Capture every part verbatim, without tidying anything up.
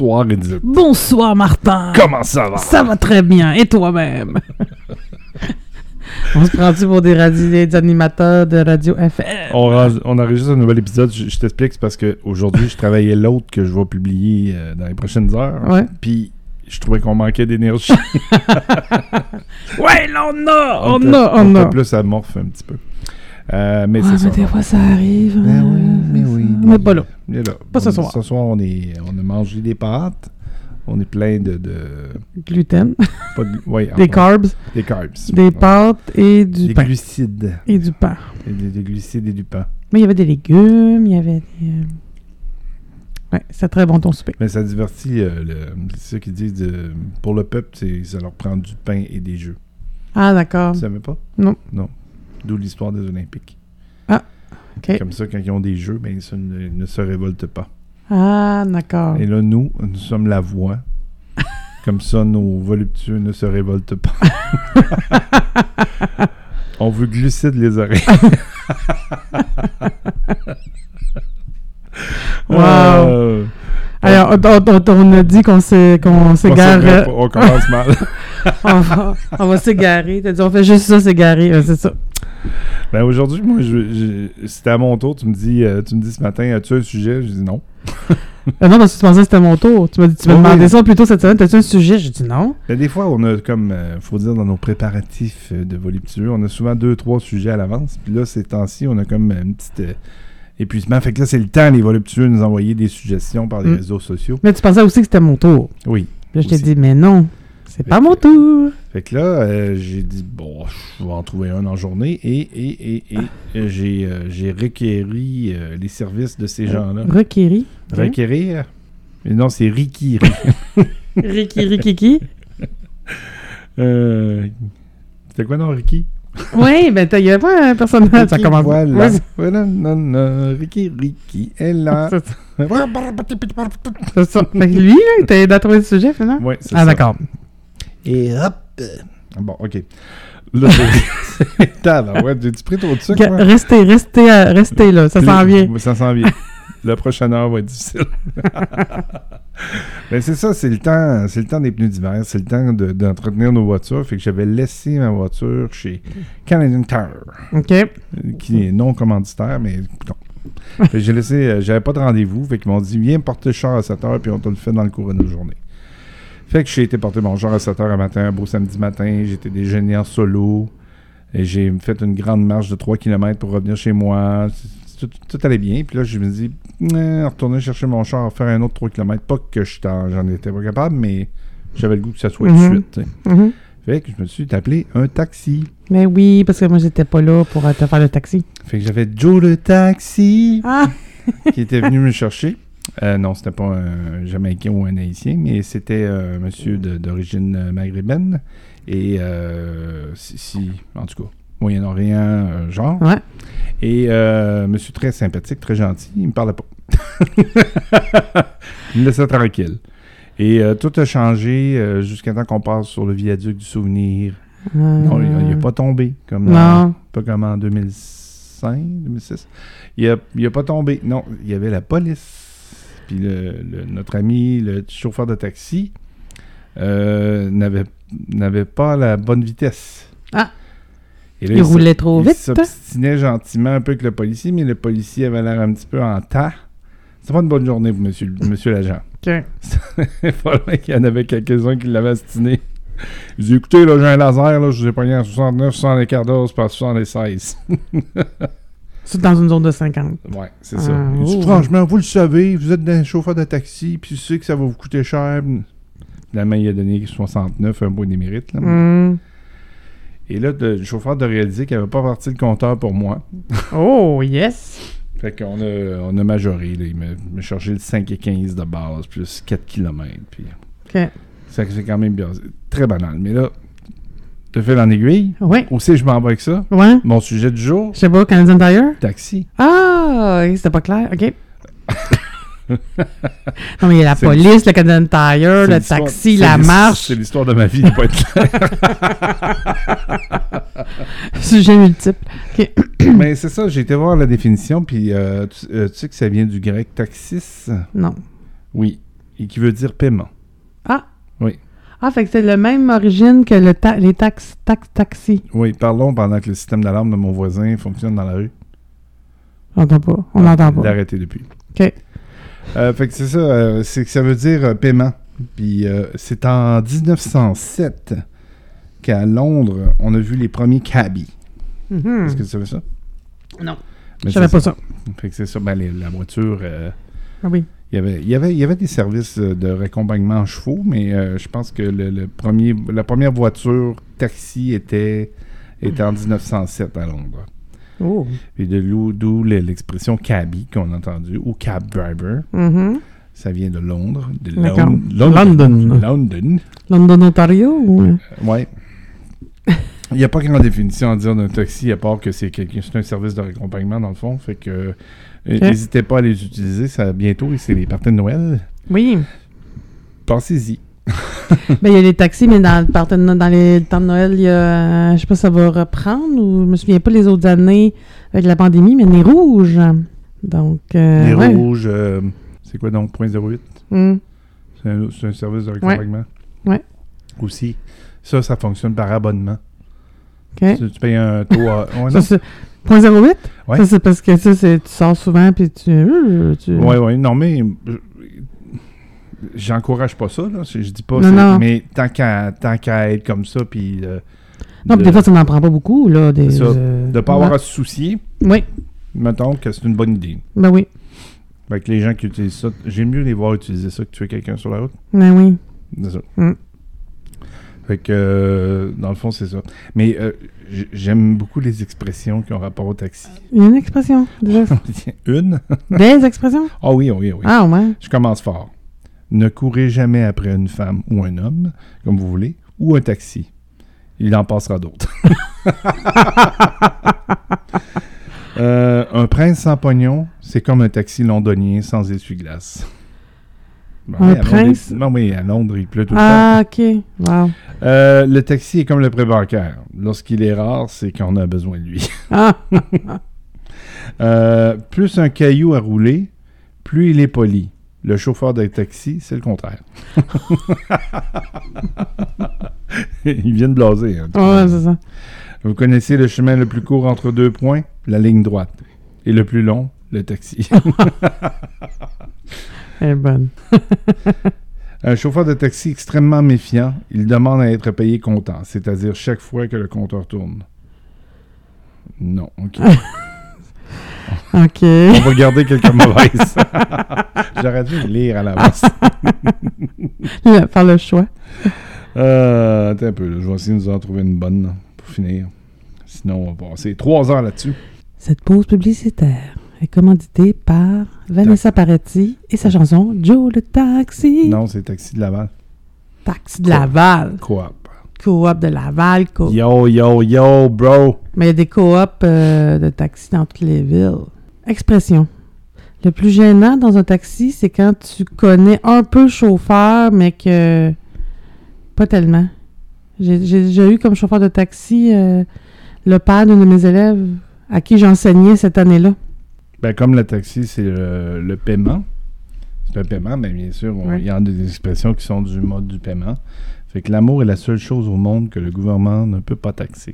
Bonsoir, Edith. Bonsoir, Martin. Comment ça va? Ça va très bien. Et toi-même? On se prend-tu pour des, radi- des animateurs de radio F M? On, on enregistre un nouvel épisode. Je, je t'explique, c'est parce qu'aujourd'hui, je travaillais l'autre que je vais publier euh, dans les prochaines heures. Ouais. Puis, je trouvais qu'on manquait d'énergie. Ouais, là, on a! On, on a, on, on a. plus amorphe un petit peu. Euh, mais Ouais, c'est mais ça. des fois, ça arrive. Mais oui, mais oui. Mais pas là. Mais là. Pas ce On- soir. Ce soir, on, est, on a mangé des pâtes. On est plein de... de Gluten, pas de ouais, des enfin, carbs, Des carbs. des pâtes et du Des pain. glucides. Et du pain. Et Des, des glucides et du pain. Mais il y avait des légumes, il y avait des... euh, Ouais, c'est très bon ton souper. Mais ça divertit, euh, le, c'est ça qu'ils disent, de, pour le peuple, c'est, ça leur prend du pain et des jeux. Ah, d'accord. Tu savais pas? Non. Non. D'où l'histoire des Olympiques. OK. Comme ça, quand ils ont des jeux, ben, ça ne, ne se révolte pas. Ah, d'accord. Et là, nous, nous sommes la voix. Comme ça, nos voluptueux ne se révoltent pas. On veut glucides les oreilles. Wow. Euh, Alors, on, on- on a dit qu'on s'est, qu'on on, s'égare. s'égare pas, on commence mal. on, va, on va s'égarer. T'as dit, on fait juste ça, s'égarer. Ouais, c'est ça. Ben aujourd'hui, moi, je, je- c'était à mon tour. Tu me dis, euh, tu me dis ce matin, as-tu un sujet? Je dis non. Euh, non, parce que tu pensais que c'était mon tour. Tu m'as, dit, tu m'as Oui, demandé oui. ça plus tôt cette semaine. T'as-tu un sujet? J'ai dit non. Mais des fois, on a comme, euh, faut dire, dans nos préparatifs euh, de voluptueux, on a souvent deux, trois sujets à l'avance. Puis là, ces temps-ci, on a comme un petit euh, épuisement. Fait que là, c'est le temps, les voluptueux, de nous envoyer des suggestions par les Mm. réseaux sociaux. Mais tu pensais aussi que c'était mon tour. Oui. Puis là, je t'ai Aussi. dit, mais non, c'est Fait pas que- mon tour. Fait que là, euh, j'ai dit, bon, je vais en trouver un en journée. Et, et, et, et euh, j'ai, euh, j'ai requéri euh, les services de ces gens-là. Requéri. Requérir? Mais non, c'est Rikiri. Riki, Rikiki. euh, C'était quoi, non, Riki? Oui, ben, il n'y avait pas un personnage. Ça Riki, commence. voilà. Ouais, c'est- Voilà, non, non, Riki, Riki est là. c'est ça. C'est ça. Fait que lui, là, t'as aidé à trouver le sujet, finalement? Ouais, c'est Ah, ça. d'accord. Et hop! Bon, OK. Là, c'est... Tabarouette, j'ai-tu pris trop de sucre, Ga- moi? Restez, restez, euh, restez là. Ça Puis- s'en vient. Oui, ça s'en vient. La prochaine heure va être difficile. Ben c'est ça, c'est le temps, c'est le temps des pneus d'hiver, c'est le temps de- d'entretenir nos voitures. Fait que j'avais laissé ma voiture chez Canadian Tire, OK. euh, qui est non commanditaire, mais non. Fait que j'ai laissé, euh, j'avais pas de rendez-vous, fait qu'ils m'ont dit viens porter le char à sept heures, puis on te le fait dans le cours de nos journées. Fait que j'ai été porter mon char à sept heures un matin, un beau samedi matin, j'étais déjeuné en solo, et j'ai fait une grande marche de trois kilomètres pour revenir chez moi. Tout, tout allait bien. Puis là, je me dis, eh, retourner chercher mon char, faire un autre trois kilomètres. Pas que je t'en- j'en étais pas capable, mais j'avais le goût que ça soit Mhm. tout de suite. tu sais. Mhm. Fait que je me suis appelé un taxi. Mais oui, parce que moi, j'étais pas là pour euh, te faire le taxi. Fait que j'avais Joe le taxi Ah! qui était venu me chercher. Euh, non, c'était pas un Jamaïcain ou un Haïtien, mais c'était un monsieur de- d'origine maghrébine. Et euh, si, si- en tout cas, Moyen-Orient, euh, genre. Ouais. Et euh, monsieur très sympathique, très gentil, il me parlait pas. Il me laissait tranquille. Et euh, tout a changé euh, jusqu'à temps qu'on passe sur le viaduc du souvenir. Euh, Non, il n'a pas tombé, comme, Non. en- pas comme en deux mille cinq, deux mille six. Il n'a il a pas tombé. Non, il y avait la police. Puis le, le- notre ami, le chauffeur de taxi, euh, n'avait n'avait pas la bonne vitesse. Ah. Et là, Il s- roulait trop il vite. s'obstinait gentiment un peu avec le policier, mais le policier avait l'air un petit peu en tas. C'est pas une bonne journée pour monsieur, monsieur l'agent. OK. Il fallait qu'il y en avait quelques-uns qui l'avaient astiné. Il dit, écoutez, là, j'ai un laser, là, je vous ai pogné en soixante-neuf, soixante-quatorze, pas soixante-seize. C'est dans une zone de cinquante. Ouais, c'est Ah, ça. Il dit, oh. franchement, vous le savez, vous êtes un chauffeur de taxi, puis tu sais que ça va vous coûter cher. Finalement, il a donné soixante-neuf, un beau démérite. Là. Hmm. Et là, le, le chauffeur de réaliser qu'il n'avait pas parti le compteur pour moi. Oh, yes! Fait qu'on a, on a majoré. Là. Il m'a, m'a chargé le cinq et quinze de base, plus quatre kilomètres. Puis OK. ça, c'est quand même bien. C'est très banal. Mais là, te fais en aiguille. Ouais. Où c'est que je m'en vais avec ça? Ouais. Mon sujet du jour, Je sais pas, Canadian Tire? taxi. Ah! C'était pas clair. OK. Non, mais il y a la C'est- police, le Canadian Tire, C'est le l'histoire- taxi, c'est la l'his- marche. C'est l'histoire de ma vie de pas être clair. Sujet multiple. OK. Mais c'est ça, j'ai été voir la définition, puis euh, tu, euh, tu sais que ça vient du grec taxis? Non. Oui. et qui veut dire paiement. Ah! Oui. Ah, fait que c'est la même origine que le ta- les taxes tax, taxis. Oui, parlons pendant que le système d'alarme de mon voisin fonctionne dans la rue. On n'entend pas. On Ah, n'entend il l'a pas. arrêté depuis. OK. Euh, fait que c'est ça, euh, c'est que ça veut dire euh, paiement. Puis euh, c'est en dix-neuf cent sept qu'à Londres, on a vu les premiers cabbies. Mhm. Est-ce que tu savais ça? Non. Mais Je savais c'est pas ça. Fait que c'est ça, ben, les- la voiture, euh, Ah oui. il y avait, il y avait, il y avait des services euh, de raccompagnement en chevaux, mais euh, je pense que le, le premier, la première voiture taxi était, était en dix-neuf cent sept à Londres. Oh. Puis de l'où, d'où le- l'expression cabbie qu'on a entendu, ou cab driver. Mhm. Ça vient de Londres. De D'accord. Lon- London. London. London. London, Ontario? Ou... Euh, ouais. Il n'y a pas grande définition à dire d'un taxi, à part que c'est, quelqu'un, c'est un service de raccompagnement, dans le fond. Fait que euh, n'hésitez pas à les utiliser. Ça, bientôt, c'est les parties de Noël. Oui. Pensez-y. Ben, il y a les taxis, mais dans, le parten- dans les temps de Noël, il y a, euh, je sais pas si ça va reprendre, ou je me souviens pas les autres années avec la pandémie, mais les rouges. Donc, euh, les ouais. rouges, euh, c'est quoi donc, zéro point zéro huit? Mm. C'est un, c'est un service de raccompagnement. Ouais. Aussi. Ça, ça fonctionne par abonnement. OK. Tu, tu payes un taux à... Ouais, Ça, non? c'est zéro point zéro huit? Ouais. Ça, c'est parce que ça, c'est, tu sors souvent, puis tu... euh, tu... Oui, oui. Non, mais... euh, J'encourage pas ça, là. Je, je dis pas Non, ça. non. Mais tant qu'à, tant qu'à être comme ça, puis... euh, Non, de, puis des fois, ça n'en prend pas beaucoup, là. Des, C'est ça. euh, de pas avoir ouais. à se soucier, Oui, mettons que c'est une bonne idée. ben oui. Fait que les gens qui utilisent ça, j'aime mieux les voir utiliser ça que tuer quelqu'un sur la route. Ben oui. C'est ça. Mm. Fait que, euh, dans le fond, c'est ça. Mais euh, j- j'aime beaucoup les expressions qui ont rapport au taxi. Il y a une expression. Des, ex- Une? des expressions? Ah oui, oui, oui. Ah, ouais. Je commence fort. Ne courez jamais après une femme ou un homme, comme vous voulez, ou un taxi. Il en passera d'autres. euh, un prince sans pognon, c'est comme un taxi londonien sans essuie-glace. Ben Un oui, à prince? Londres, il- non, oui, à Londres, il pleut tout le Ah, OK. Wow. temps. Euh, le taxi est comme le prêt bancaire. Lorsqu'il est rare, c'est qu'on a besoin de lui. Ah, Euh, plus un caillou à rouler, plus il est poli. Le chauffeur de taxi, c'est le contraire. Il vient de blaser. Hein, ouais, c'est ça. Vous connaissez le chemin le plus court entre deux points? La ligne droite. Et le plus long? Le taxi. Elle est bonne. Un chauffeur de taxi extrêmement méfiant, il demande à être payé comptant, c'est-à-dire chaque fois que le compteur tourne. Non, OK. OK. On va garder quelques mauvaises. J'aurais dû lire à l'avance. Là, faire le choix. Euh, attends un peu, là, je vais essayer de nous en trouver une bonne là, pour finir. Sinon, on va passer trois heures là-dessus. Cette pause publicitaire est commanditée par Vanessa Paretti et sa chanson Joe le Taxi. Non, c'est Taxi de Laval. Taxi de Laval. Coop. Coop de Laval. Co- Yo, yo, yo, bro. Mais il y a des coops euh, de taxi dans toutes les villes. Expression. Le plus gênant dans un taxi, c'est quand tu connais un peu le chauffeur, mais que pas tellement. J'ai, j'ai déjà eu comme chauffeur de taxi euh, le père d'une de mes élèves à qui j'enseignais cette année-là. Ben, comme le taxi, c'est le, le paiement. C'est un paiement, mais bien sûr, on- il Ouais. y en a des expressions qui sont du mode du paiement. Fait que l'amour est la seule chose au monde que le gouvernement ne peut pas taxer.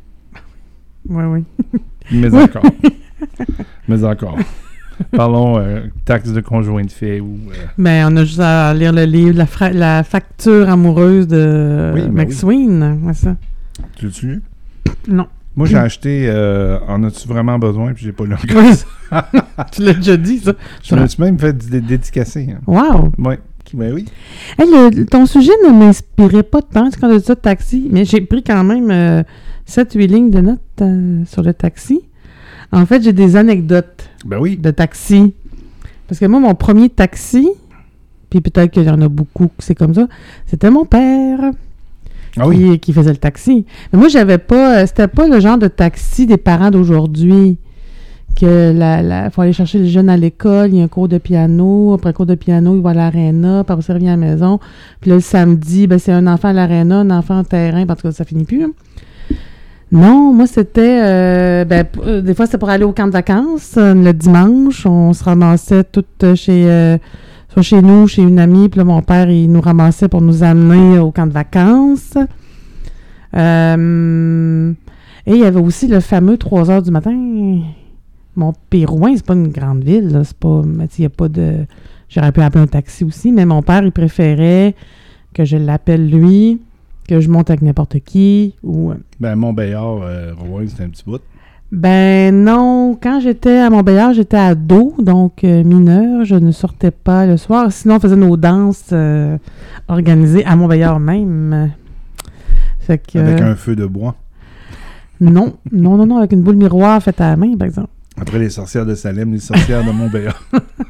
Oui, oui. Mais encore. Mais encore. Parlons euh, taxe de conjoint de fait ou... euh, Ben, on a juste à lire le livre La, fra- la facture amoureuse de Oui, ben McSween. Ouais, ça. tu l'as-tu lu? Non. Moi, j'ai acheté euh, En as-tu vraiment besoin? Puis j'ai pas lu encore. Oui. Tu l'as déjà dit, ça. Je me suis même fait dé- dédicacer. Hein. Wow. Ouais. Ben oui. Hey, le- ton sujet ne m'inspirait pas tant quand on a dit ça de taxi, mais j'ai pris quand même euh, sept huit lignes de notes euh, sur le taxi. En fait, j'ai des anecdotes Ben oui. de taxi. Parce que moi, mon premier taxi, puis peut-être qu'il y en a beaucoup que c'est comme ça, c'était mon père Ah oui. qui, qui faisait le taxi. Mais moi, j'avais pas... euh, c'était pas le genre de taxi des parents d'aujourd'hui. Que la, la, faut aller chercher les jeunes à l'école, il y a un cours de piano, après le cours de piano, il va à l'aréna, puis après ça, il revient à la maison. Puis là, le samedi, ben, c'est un enfant à l'aréna, un enfant au terrain, parce que ça finit plus. Hein. Non, moi, c'était... Euh, ben, p- euh, des fois, c'était pour aller au camp de vacances. Euh, le dimanche, on se ramassait toutes chez... Euh, soit chez nous, chez une amie. Puis là, mon père, il nous ramassait pour nous amener au camp de vacances. Euh, et il y avait aussi le fameux trois heures du matin. Mon Pérouin, c'est pas une grande ville, là. C'est pas... Il y a pas de... J'aurais pu appeler un taxi aussi, mais mon père, il préférait que je l'appelle lui, que je monte avec n'importe qui, ou... Ben, Montbéliard, euh, Rouen, c'est un petit bout. Ben non, quand j'étais à Montbéliard, j'étais ado, donc euh, mineure, je ne sortais pas le soir. Sinon, on faisait nos danses euh, organisées à Montbéliard même. Fait que, Avec euh, un feu de bois. Non, non, non, non, avec une boule miroir faite à la main, par exemple. Après les sorcières de Salem, les sorcières de Montbéliard.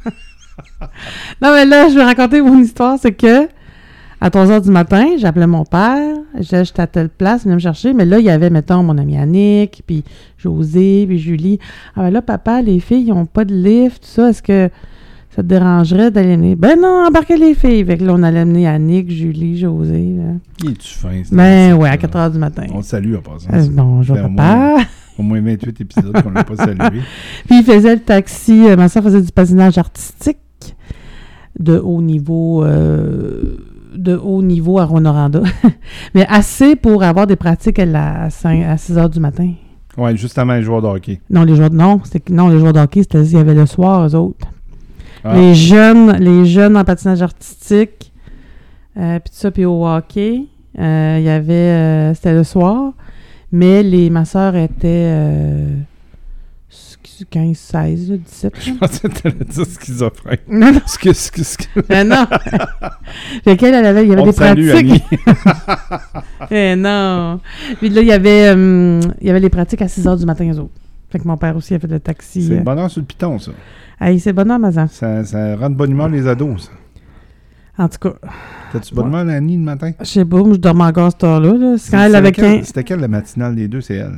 Non, mais là, je vais raconter mon histoire, c'est que à trois heures du matin, j'appelais mon père, je j'étais à telle place, il venait me chercher, mais là, il y avait, mettons, mon ami Annick, puis José, puis Julie. Ah ben là, papa, les filles, ils n'ont pas de lift, tout ça, est-ce que ça te dérangerait d'aller mener? Ben non, embarquez les filles! Fait que là, on allait amener Annick, Julie, José. Là. Qui es-tu fin? Ben ouais, à quatre heures du matin. On le salue en passant. Euh, bonjour, Ben, au papa. moins, au moins vingt-huit épisodes qu'on n'a pas salué. Puis il faisait le taxi, euh, ma soeur faisait du patinage artistique de haut niveau... Euh, de haut niveau à Rwanda. Mais assez pour avoir des pratiques à, la, à, cinq, à six heures du matin. Oui, juste avant les joueurs de hockey. Non, les joueurs, non, c'était, non, les joueurs de hockey, c'était, il y avait le soir, eux autres. Ah. Les jeunes, les jeunes en patinage artistique, euh, puis tout ça, puis au hockey, euh, il y avait, euh, c'était le soir, mais les, ma soeur était euh, quinze, seize, dix-sept. Je pensais que tu allais dire schizophrène. Non, non. Ce que, ce que, ce que... Mais non. Fait qu'elle, elle avait, il y avait On des te salue, pratiques. Annie. Eh non. Puis là, il y avait, hum, il y avait les pratiques à six heures du matin, eux autres. Fait que mon père aussi a fait le taxi. C'est euh. le bonheur sur le piton, ça. Hey, c'est bonheur, Mazan. ça. Ça rend de bonne humeur les ados, ça. En tout cas, T'as-tu bonne humeur, Annie, le matin? je sais pas, moi, je dormais encore à cette heure-là. Là. C'est quand C'était elle avait quelle- quinze... C'était quelle la matinale des deux? C'est elle.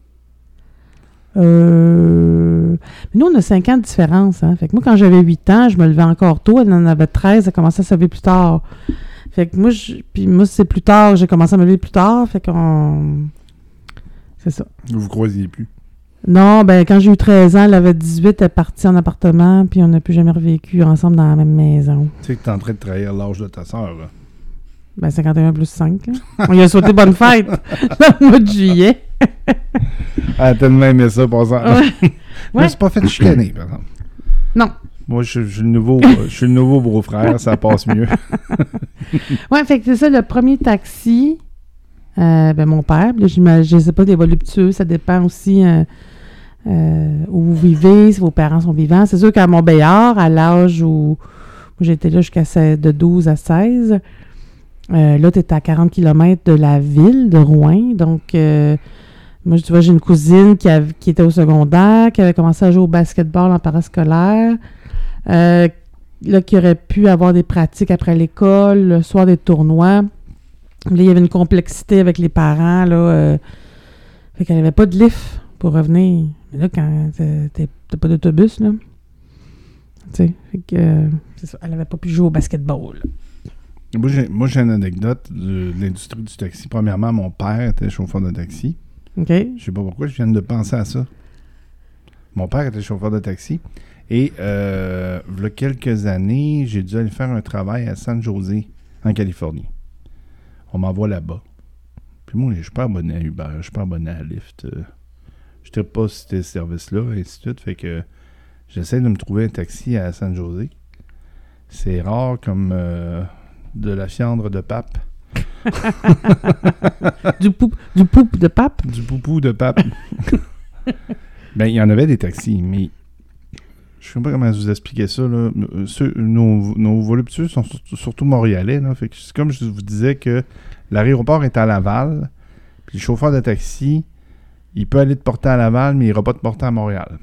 Euh... Mais nous, on a cinq ans de différence. Hein? Fait que moi, quand j'avais huit ans, je me levais encore tôt. Elle en avait treize, elle commençait à se lever plus tard. Fait que moi, je... Puis moi, c'est plus tard, j'ai commencé à me lever plus tard. Fait qu'on... C'est ça. Vous vous croisiez plus. Non, ben quand j'ai eu treize ans, elle avait dix-huit, elle est partie en appartement, puis on n'a plus jamais revécu ensemble dans la même maison. Tu sais que t'es en train de trahir l'âge de ta sœur, là. Ben cinquante et un plus cinq. Là. On lui a souhaité bonne fête le mois de juillet. Elle a tellement aimé ça, par exemple. Ouais. Mais Ouais. c'est pas fait chicaner, par exemple. Non. Moi, je, je suis le nouveau, euh, je suis le nouveau beau-frère, ça passe mieux. Ouais, fait que c'est ça, le premier taxi, euh, ben mon père, là, je sais pas, des voluptueux, ça dépend aussi euh, euh, où vous vivez, si vos parents sont vivants. C'est sûr qu'à Montbéliard, à l'âge où, où j'étais là jusqu'à seize, de douze à seize, euh, là, tu étais à quarante kilomètres de la ville de Rouen. Donc, euh, moi, tu vois, j'ai une cousine qui, avait, qui était au secondaire, qui avait commencé à jouer au basketball en parascolaire, euh, là, qui aurait pu avoir des pratiques après l'école, le soir des tournois. Là, il y avait une complexité avec les parents, là. Euh, fait qu'elle n'avait pas de lift pour revenir. Mais là, quand t'es, t'as pas d'autobus, là. Tu sais, fait que, euh, c'est ça. Elle n'avait pas pu jouer au basketball. Moi j'ai, moi, j'ai une anecdote de, de l'industrie du taxi. Premièrement, mon père était chauffeur de taxi. OK? Je sais pas pourquoi, je viens de penser à ça. Mon père était chauffeur de taxi. Et, euh, il y a quelques années, j'ai dû aller faire un travail à San Jose, en Californie. On m'envoie là-bas. Puis moi, je suis pas abonné à Uber, je suis pas abonné à Lyft. Euh, je ne sais pas si c'était ce service-là, et ainsi de suite. Fait que j'essaie de me trouver un taxi à San Jose. C'est rare comme euh, de la fiandre de pape. du, poup, du poup de pape? Du poupou de pape. Ben, il y en avait des taxis, mais je sais pas comment vous expliquer ça. Là. Ceux, nos, nos voluptueux sont surtout, surtout montréalais. Là. Fait que c'est comme je vous disais que l'aéroport est à Laval, puis le chauffeur de taxi, il peut aller te porter à Laval, mais il ira pas te porter à Montréal.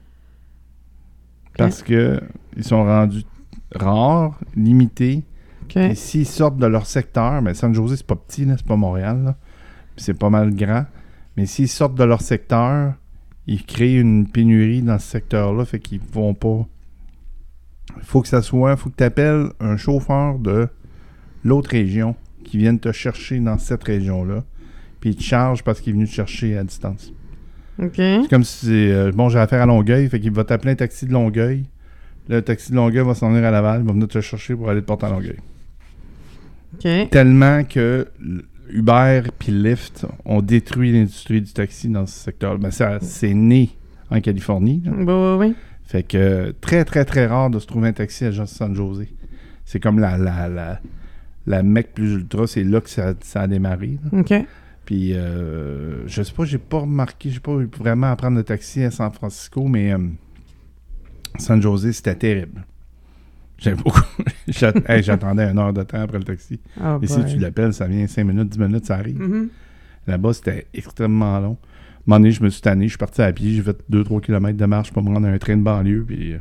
Parce okay. que ils sont rendus rares, limités. Okay. Et s'ils sortent de leur secteur, mais San Jose, c'est pas petit, là, c'est pas Montréal, là, puis c'est pas mal grand. Mais s'ils sortent de leur secteur, ils créent une pénurie dans ce secteur-là, fait qu'ils vont pas. Il faut que ça soit, il faut que tu appelles un chauffeur de l'autre région qui vienne te chercher dans cette région-là, puis il te charge parce qu'il est venu te chercher à distance. OK. C'est comme si, euh, bon, j'ai affaire à Longueuil, fait qu'il va t'appeler un taxi de Longueuil, Le taxi de Longueuil va s'en venir à Laval, il va venir te chercher pour aller te porter à Longueuil. OK. Tellement que Uber puis Lyft ont détruit l'industrie du taxi dans ce secteur. Ben, ça, c'est né en Californie. Là. Bah, oui, oui. Fait que euh, très, très, très rare de se trouver un taxi à San José. C'est comme la, la, la, la mecque plus ultra, c'est là que ça, ça a démarré. Là. OK. Puis, euh, je sais pas, j'ai pas remarqué, j'ai pas vraiment à prendre le taxi à San Francisco, mais euh, San José, c'était terrible. J'avais beaucoup. J'att- hey, j'attendais une heure de temps après le taxi. Oh Et si tu l'appelles, ça vient cinq minutes, dix minutes, ça arrive. Mm-hmm. Là-bas, c'était extrêmement long. À un moment donné, je me suis tanné, je suis parti à pied, j'ai fait deux trois kilomètres de marche pour me rendre à un train de banlieue, puis euh,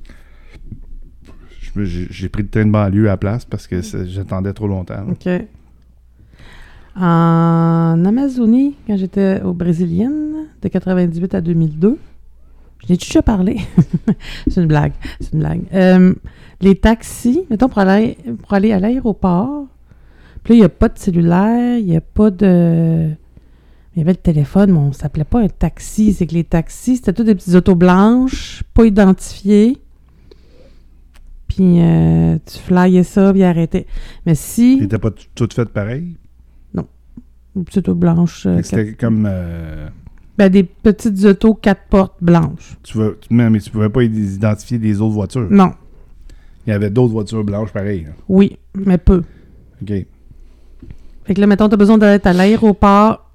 je me- j'ai, j'ai pris le train de banlieue à la place parce que c'est- j'attendais trop longtemps. là. OK. En Amazonie, quand j'étais au Brésilienne, de quatre-vingt-dix-huit à deux mille deux, je n'ai déjà parlé. C'est une blague. C'est une blague. Euh, les taxis, mettons, pour aller, pour aller à l'aéroport, puis là, il n'y a pas de cellulaire, il n'y a pas de... Il y avait le téléphone, mais on ne s'appelait pas un taxi. C'est que les taxis, c'était tous des petits autos blanches, pas identifiées. Puis euh, tu flyais ça, puis arrêtais. Mais si... T'étais pas t- toutes faites pareil? Des petites autos blanches. euh, Fait que C'était quatre- comme... euh, Ben, des petites autos quatre portes blanches. tu veux, tu- mais mais tu pouvais pas identifier des autres voitures. Non. Il y avait d'autres voitures blanches pareilles. là. Oui, mais peu. OK. Fait que là, mettons, t'as besoin d'être à l'aéroport.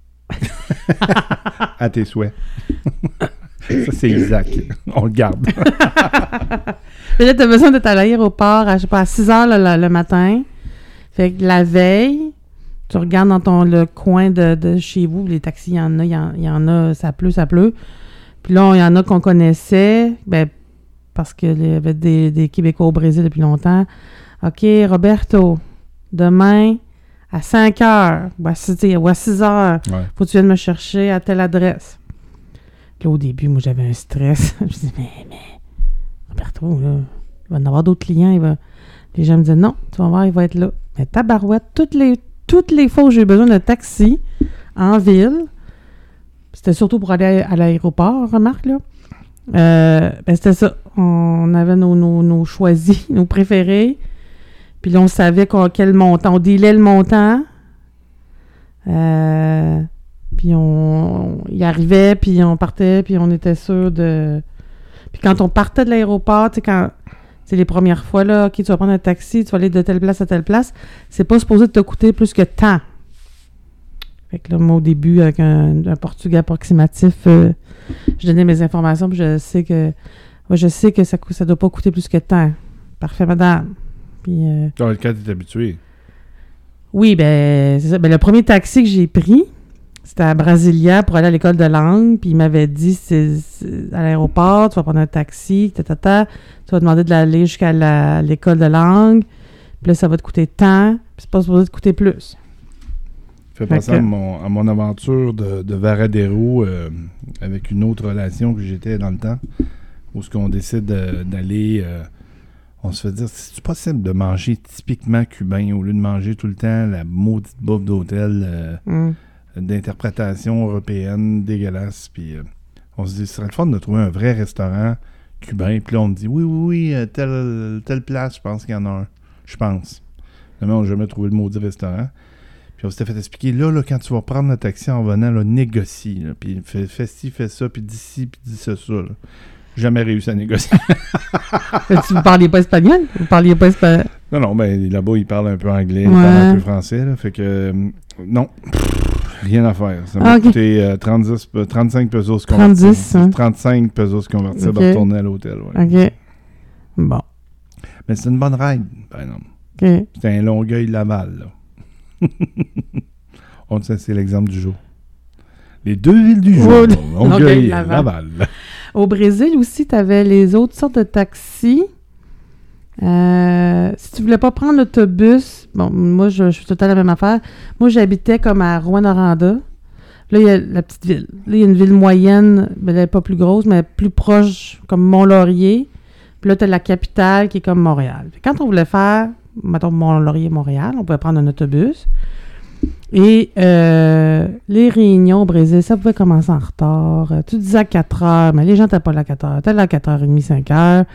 À tes souhaits. Ça, c'est Isaac. On le garde. Fait que là, t'as besoin d'être à l'aéroport à, je sais pas, à six heures le, le- le matin. Fait que la veille, tu regardes dans ton le coin de, de chez vous, les taxis, il y en a, il y en, il y en a, ça pleut, ça pleut. Puis là, il y en a qu'on connaissait, ben, parce qu'il y avait des, des Québécois au Brésil depuis longtemps. OK, Roberto, demain, à cinq heures, ou à six, ou à six heures, Ouais. faut que tu viennes me chercher à telle adresse. Puis là, au début, moi, j'avais un stress. Je disais, mais, mais, Roberto, là, il va y en avoir d'autres clients. Il va... Les gens me disaient, non, tu vas voir, il va être là. Mais tabarouette, toutes les, toutes les fois où j'ai eu besoin d'un taxi en ville, c'était surtout pour aller à, à l'aéroport, remarque, là. Euh, ben, c'était ça. On avait nos, nos, nos choisis, nos préférés. Puis là, on savait qu'on, quel montant. On dealait le montant. Euh, puis on, on y arrivait, puis on partait, puis on était sûr de... Puis quand on partait de l'aéroport, tu sais, quand... C'est les premières fois, là, OK, tu vas prendre un taxi, tu vas aller de telle place à telle place, c'est pas supposé te coûter plus que tant. Fait que là, moi, au début, avec un, un portugais approximatif, euh, je donnais mes informations, puis je sais que moi, je sais que ça ne doit pas coûter plus que tant. Parfait, madame. Puis... Euh, Dans le cas, tu es habitué. oui, ben, c'est ça. Ben, le premier taxi que j'ai pris, c'était à Brasilia pour aller à l'école de langue. Puis il m'avait dit, c'est, c'est à l'aéroport, tu vas prendre un taxi, tatata, tu vas demander de l'aller jusqu'à la, l'école de langue. Puis là, ça va te coûter tant. Puis c'est pas supposé te coûter plus. Fait Fait penser que- à, mon, à mon aventure de, de Varadero euh, avec une autre relation que j'étais dans le temps, où ce qu'on décide de- d'aller... euh, on se fait dire, c'est possible de manger typiquement cubain au lieu de manger tout le temps la maudite bouffe d'hôtel euh, Hum. d'interprétation européenne dégueulasse. Puis euh, on se dit, ce serait le fun de trouver un vrai restaurant cubain. Puis là, on me dit, oui, oui, oui, euh, telle, telle place, je pense qu'il y en a un. Je pense. Finalement, on n'a jamais trouvé le maudit restaurant. Puis on s'était fait expliquer, là, là, quand tu vas prendre le taxi en venant, là, négocie. Là, puis fais, fais ci, fais ça, puis dis ci, puis dis ça, ça. Là. Jamais réussi à négocier. Tu ne parliez pas espagnol? Vous parliez pas espagnol? Non, non, ben là-bas, ils parlent un peu anglais, ils Ouais. parlent un peu français, là, fait que, euh, non, Pff, rien à faire. Ça m'a Ah, ok. coûté euh, trente-dix, pe- trente-cinq pesos trente-dix, convertis. hein. trente-cinq pesos convertis Ok. de retourner à l'hôtel, ouais. OK. Bon. Mais c'est une bonne ride, par exemple. OK. C'était un Longueuil-Laval, là. On sait, c'est l'exemple du jour. Les deux villes du jour, Oh, Longueuil et Longueuil-Laval. Laval. Au Brésil aussi, tu avais les autres sortes de taxis. Euh, si tu voulais pas prendre l'autobus, bon, moi, je, je suis tout à la même affaire. Moi, j'habitais comme à Rouyn-Noranda. Là, il y a la petite ville. Là, il y a une ville moyenne, ben, elle n'est pas plus grosse, mais plus proche, comme Mont-Laurier. Puis là, tu as la capitale qui est comme Montréal. Puis quand on voulait faire, mettons, Mont-Laurier-Montréal, on pouvait prendre un autobus. Et euh, les réunions au Brésil, ça pouvait commencer en retard. Euh, Tu disais à quatre heures, mais les gens n'étaient pas là à quatre heures. T'étais là à quatre heures trente, cinq heures.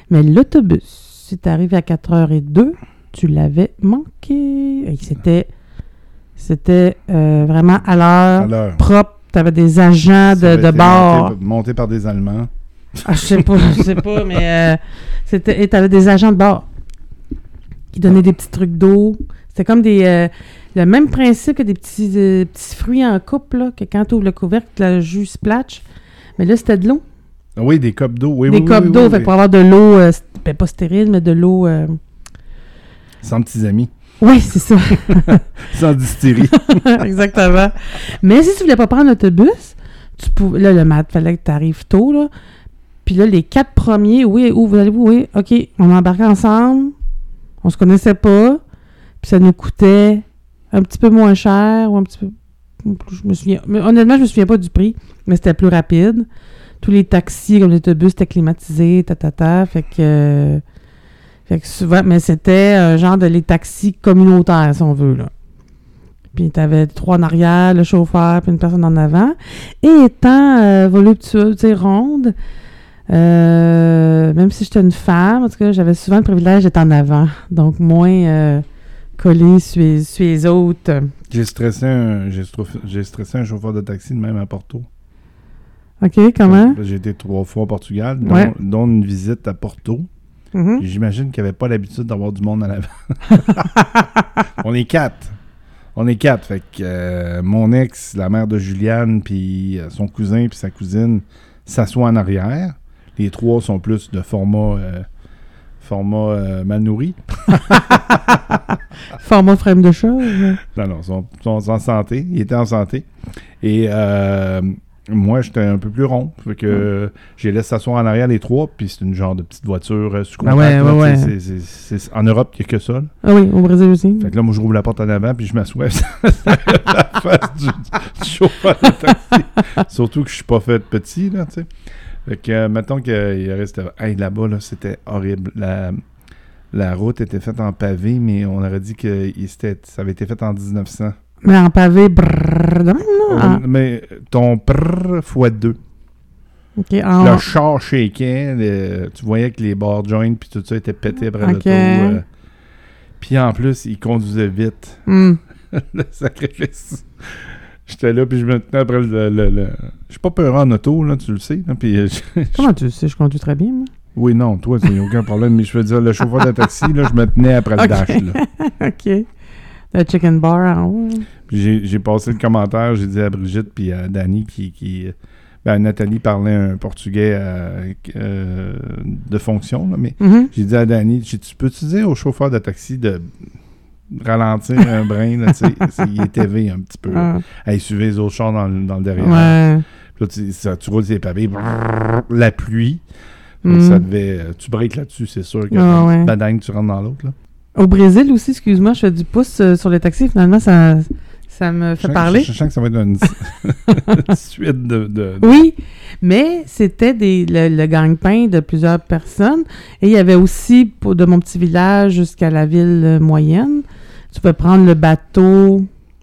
Mais l'autobus, si tu arrives à quatre heures zéro deux, tu l'avais manqué. Et c'était c'était euh, vraiment à l'heure, À l'heure. propre. Tu avais des agents Ça de, avait de été bord. Monté, monté par des Allemands. Ah, je sais pas, je sais pas, mais euh, c'était, et t'avais des agents de bord qui donnaient des petits trucs d'eau. C'était comme des... euh, le même principe que des petits, euh, petits fruits en coupe, là, que quand tu ouvres le couvercle, le jus splatch. Mais là, c'était de l'eau. Oui, des copes d'eau. Oui, des oui, copes oui, d'eau, oui, fait oui. pour avoir de l'eau, euh, st- ben, pas stérile, mais de l'eau... euh, Sans petits amis. Oui, c'est ça. Sans distillerie. Exactement. Mais si tu voulais pas prendre l'autobus, tu pouvais... Là, le mat, fallait que tu arrives tôt, là. Puis là, les quatre premiers, oui, où vous allez-vous? Oui, OK, on embarquait ensemble. On se connaissait pas. Puis ça nous coûtait un petit peu moins cher ou un petit peu... Je me souviens... Mais honnêtement, je me souviens pas du prix, mais c'était plus rapide. Tous les taxis, comme l'autobus, étaient climatisés, ta, ta, ta. Fait que... euh, Fait que souvent... Mais c'était un genre de les taxis communautaires, si on veut, là. Puis t'avais trois en arrière, le chauffeur, puis une personne en avant. Et étant euh, voluptueuse, tu sais, ronde... Euh, même si j'étais une femme, en tout cas, j'avais souvent le privilège d'être en avant. Donc, moins euh, collée sur les, sur les autres. J'ai stressé un, j'ai, strof- j'ai stressé un chauffeur de taxi de même à Porto. OK, comment? J'ai été trois fois au Portugal, dont, Ouais. dont une visite à Porto. Mhm. Puis j'imagine qu'il n'y avait pas l'habitude d'avoir du monde en avant. On est quatre. On est quatre. Fait que euh, mon ex, la mère de Juliane, puis euh, son cousin, puis sa cousine s'assoient en arrière. Les trois sont plus de format, euh, format euh, mal nourri. Format frame de choses. Non, non, ils sont, sont en santé. Ils étaient en santé. Et euh, moi, j'étais un peu plus rond. Fait que euh, j'ai laissé s'asseoir en arrière les trois, puis c'est une genre de petite voiture euh, sous Ah contact. ouais, là, ouais, tu sais, ouais. c'est- c'est- c'est- en Europe, il n'y a que ça. Là. Ah oui, au Brésil aussi. Fait que là, moi, je rouvre la porte en avant, puis je m'assois sur la face du, du chauffeur de taxi. Surtout que je suis pas fait petit, là, tu sais. Fait que, euh, mettons qu'il reste... Hey, là-bas, là, c'était horrible. La, la route était faite en pavé, mais on aurait dit que il était- ça avait été fait en dix-neuf cents. Mais en pavé, brrr, de même, là. En- On- mais ton prrr fois deux. OK, en... Le char shakeait, le- tu voyais que les bar joints puis tout ça était pété après Ok. l'auto. euh. Puis en plus, il conduisait vite. Hmm. Le sacrifice. J'étais là, puis je me tenais après le... le, le... Je suis pas peur en auto, là, tu le sais. Là, puis, euh, je- Comment tu le sais? Je conduis très bien, moi. Oui, non, toi, il n'y a aucun problème. Mais je veux dire, le chauffeur de taxi, là, je me tenais après le Ok. dash. Là. OK. Le chicken bar en haut. Puis j'ai, j'ai passé le commentaire, j'ai dit à Brigitte puis à Dani qui... qui ben, Nathalie parlait un portugais euh, euh, de fonction, là, mais Mhm. j'ai dit à Dani, j'ai dit, tu peux-tu dire au chauffeur de taxi de ralentir un brin, là, tu sais, c'est- il est élevé un petit peu. Ah. Hey, suivez les autres chars dans, le- dans le derrière. Ouais. Puis là, tu, ça, tu roules les pavés, brrr, la pluie. Fait que Mhm. Ça devait, tu breaks là-dessus, c'est sûr que Ah, ouais. badang, tu rentres dans l'autre. Là. Au Brésil aussi, excuse-moi, je fais du pouce euh, sur les taxis. Finalement, ça, ça me fait Je sens- parler. Je, je sens que ça va être une, une suite de... de- de- Oui, mais c'était des, le, le gagne-pain de plusieurs personnes. Et il y avait aussi, pour, de mon petit village jusqu'à la ville euh, moyenne, tu peux prendre le bateau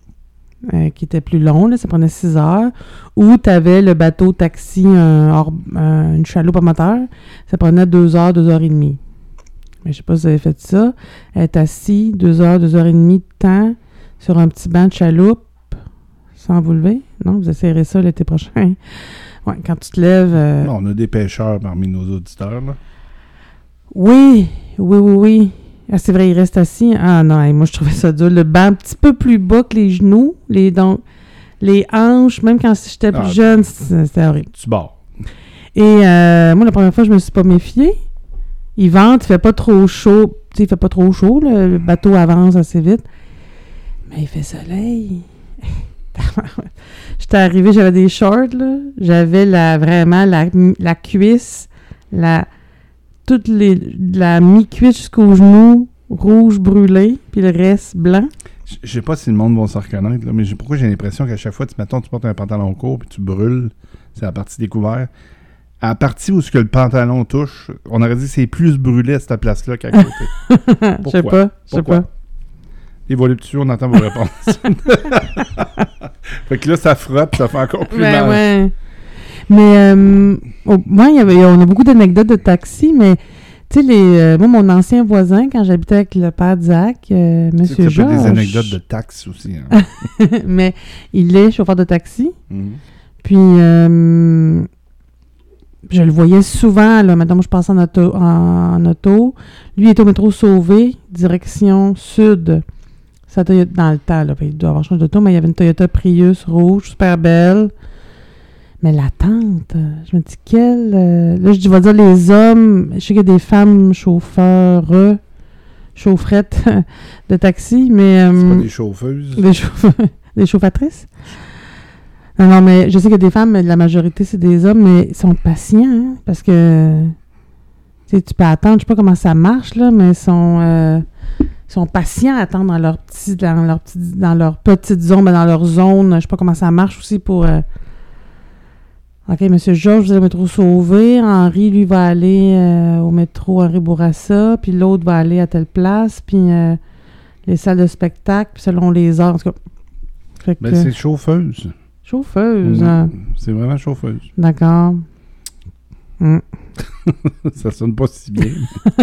euh, qui était plus long, là, ça prenait six heures, ou tu avais le bateau taxi, un hors- un- une chaloupe à moteur, ça prenait deux heures, deux heures et demie. Mais je sais pas si vous avez fait ça. Être assis deux heures, deux heures et demie de temps sur un petit banc de chaloupe sans vous lever. Non, vous essayerez ça l'été prochain. Ouais, quand tu te lèves... euh, Non, on a des pêcheurs parmi nos auditeurs. Là. Oui, oui, oui, oui. Ah, c'est vrai, il reste assis. Ah non, hey, moi, je trouvais ça dur. Le banc un petit peu plus bas que les genoux, les, donc, les hanches, même quand j'étais plus Ah, jeune, c'était c'était horrible. Tu barres. Et euh, moi, la première fois, je me suis pas méfiée. Il vente, il fait pas trop chaud. Tu sais, il fait pas trop chaud, là. Le bateau avance assez vite. Mais il fait soleil. J'étais arrivée, j'avais des shorts, là. J'avais la, vraiment la, la cuisse, la, toute les, la mi-cuisse jusqu'aux genoux, rouge brûlé, puis le reste blanc. Je je sais pas si le monde va s'en reconnaître, là, mais j'ai- pourquoi j'ai l'impression qu'à chaque fois, tu, mettons, tu portes un pantalon court puis tu brûles, c'est la partie découverte. À la partie où ce que le pantalon touche, on aurait dit que c'est plus brûlé à cette place-là qu'à côté. Je sais pas, je sais Pourquoi? pas. Les voluptueux, on entend vos réponses. Fait que là, ça frotte, ça fait encore plus Ben mal. ouais. Mais euh, au moins, il y avait, on a beaucoup d'anecdotes de taxi, mais Tu sais, les, euh, moi, mon ancien voisin, quand j'habitais avec le père d'Isaac, euh, M. Tu sais que ça Georges... peut être des anecdotes de taxes aussi. Hein. mais il est chauffeur de taxi. Mm-hmm. Puis, euh, je le voyais souvent, là. Maintenant, moi, je passais en auto. En, en auto. Lui, il est au métro Sauvé, direction sud. Ça Toyota, dans le temps, là. Il doit avoir changé d'auto, mais il y avait une Toyota Prius rouge, super belle. Mais la tante, je me dis, quelle... Euh, là, je vais dire les hommes. Je sais qu'il y a des femmes chauffeurs, chaufferettes de taxi, mais... Euh, C'est pas des chauffeuses? Des, chauffe... des chauffatrices? Non, non, mais je sais qu'il y a des femmes, mais la majorité, c'est des hommes, mais ils sont patients, hein, parce que... Tu sais, tu peux attendre, je sais pas comment ça marche, là, mais ils sont... Euh, ils sont patients à attendre dans leur petit, dans leur petit, dans leur petite zone, ben dans leur zone. Je sais pas comment ça marche aussi pour... Euh... OK, M. Georges, vous allez au métro Sauvé. Henri, lui, va aller euh, au métro Henri Bourassa. Puis l'autre va aller à telle place. Puis euh, les salles de spectacle, puis selon les heures. En tout cas, fait que, ben, c'est chauffeuse. Chauffeuse. Mmh. Hein. C'est vraiment chauffeuse. D'accord. Mmh. Ça sonne pas si bien.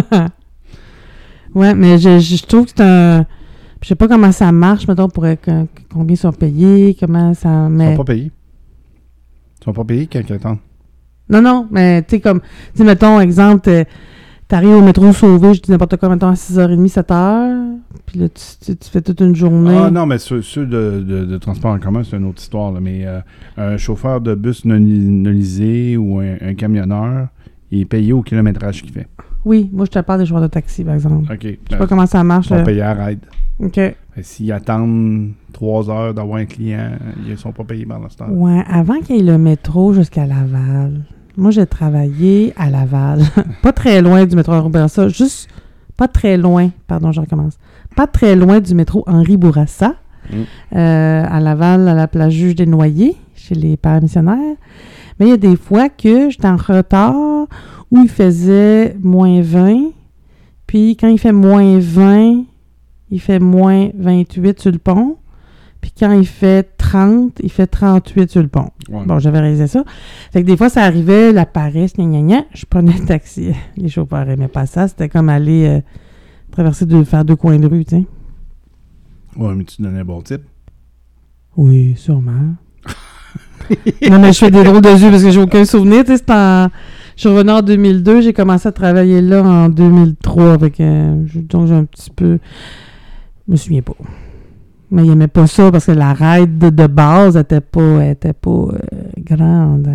Ouais, mais je, je, je trouve que c'est un... Je sais pas comment ça marche, mettons, pour que, combien ils sont payés, comment ça... Mais... Ils sont pas payés. Ils sont pas payés quand ils attendent. Non, non, mais tu sais, comme... Tu sais, mettons, exemple, t'arrives au métro Sauvé, je dis n'importe quoi, mettons, à six heures trente, sept heures, puis là, tu, tu, tu fais toute une journée. Ah non, mais ceux, ceux de, de, de transport en commun, c'est une autre histoire, là, mais euh, un chauffeur de bus nolisé ou un, un camionneur, il est payé au kilométrage qu'il fait. Oui, moi, je te parle des chauffeurs de taxi, par exemple. OK. Je sais pas comment ça marche. Ils sont payés à ride. OK. Et s'ils attendent trois heures d'avoir un client, ils sont pas payés pendant ce temps. Ouais, avant qu'il y ait le métro jusqu'à Laval, moi, j'ai travaillé à Laval. Pas très loin du métro Henri Bourassa, juste pas très loin, pardon, je recommence. Pas très loin du métro Henri Bourassa, mm. euh, à Laval, à la place Juge des Noyers, chez les pères missionnaires. Mais il y a des fois que j'étais en retard où il faisait moins vingt, puis quand il fait moins vingt, il fait moins vingt-huit sur le pont, puis quand il fait trente, il fait trente-huit sur le pont. Ouais. Bon, j'avais réalisé ça. Fait que des fois, ça arrivait, la paresse, gna gna gna, je prenais le taxi. Les chauffeurs n'aimaient pas ça, c'était comme aller euh, traverser, deux, faire deux coins de rue, tu sais. Ouais, mais tu donnais un bon type. Oui, sûrement. Non, mais je fais des drôles de yeux parce que j'ai aucun souvenir. Tu sais, c'est en... Je suis revenue en deux mille deux, j'ai commencé à travailler là en deux mille trois. Avec, euh, donc, j'ai un petit peu... Je me souviens pas. Mais il n'aimait pas ça parce que la ride de, de base n'était pas, était pas euh, grande.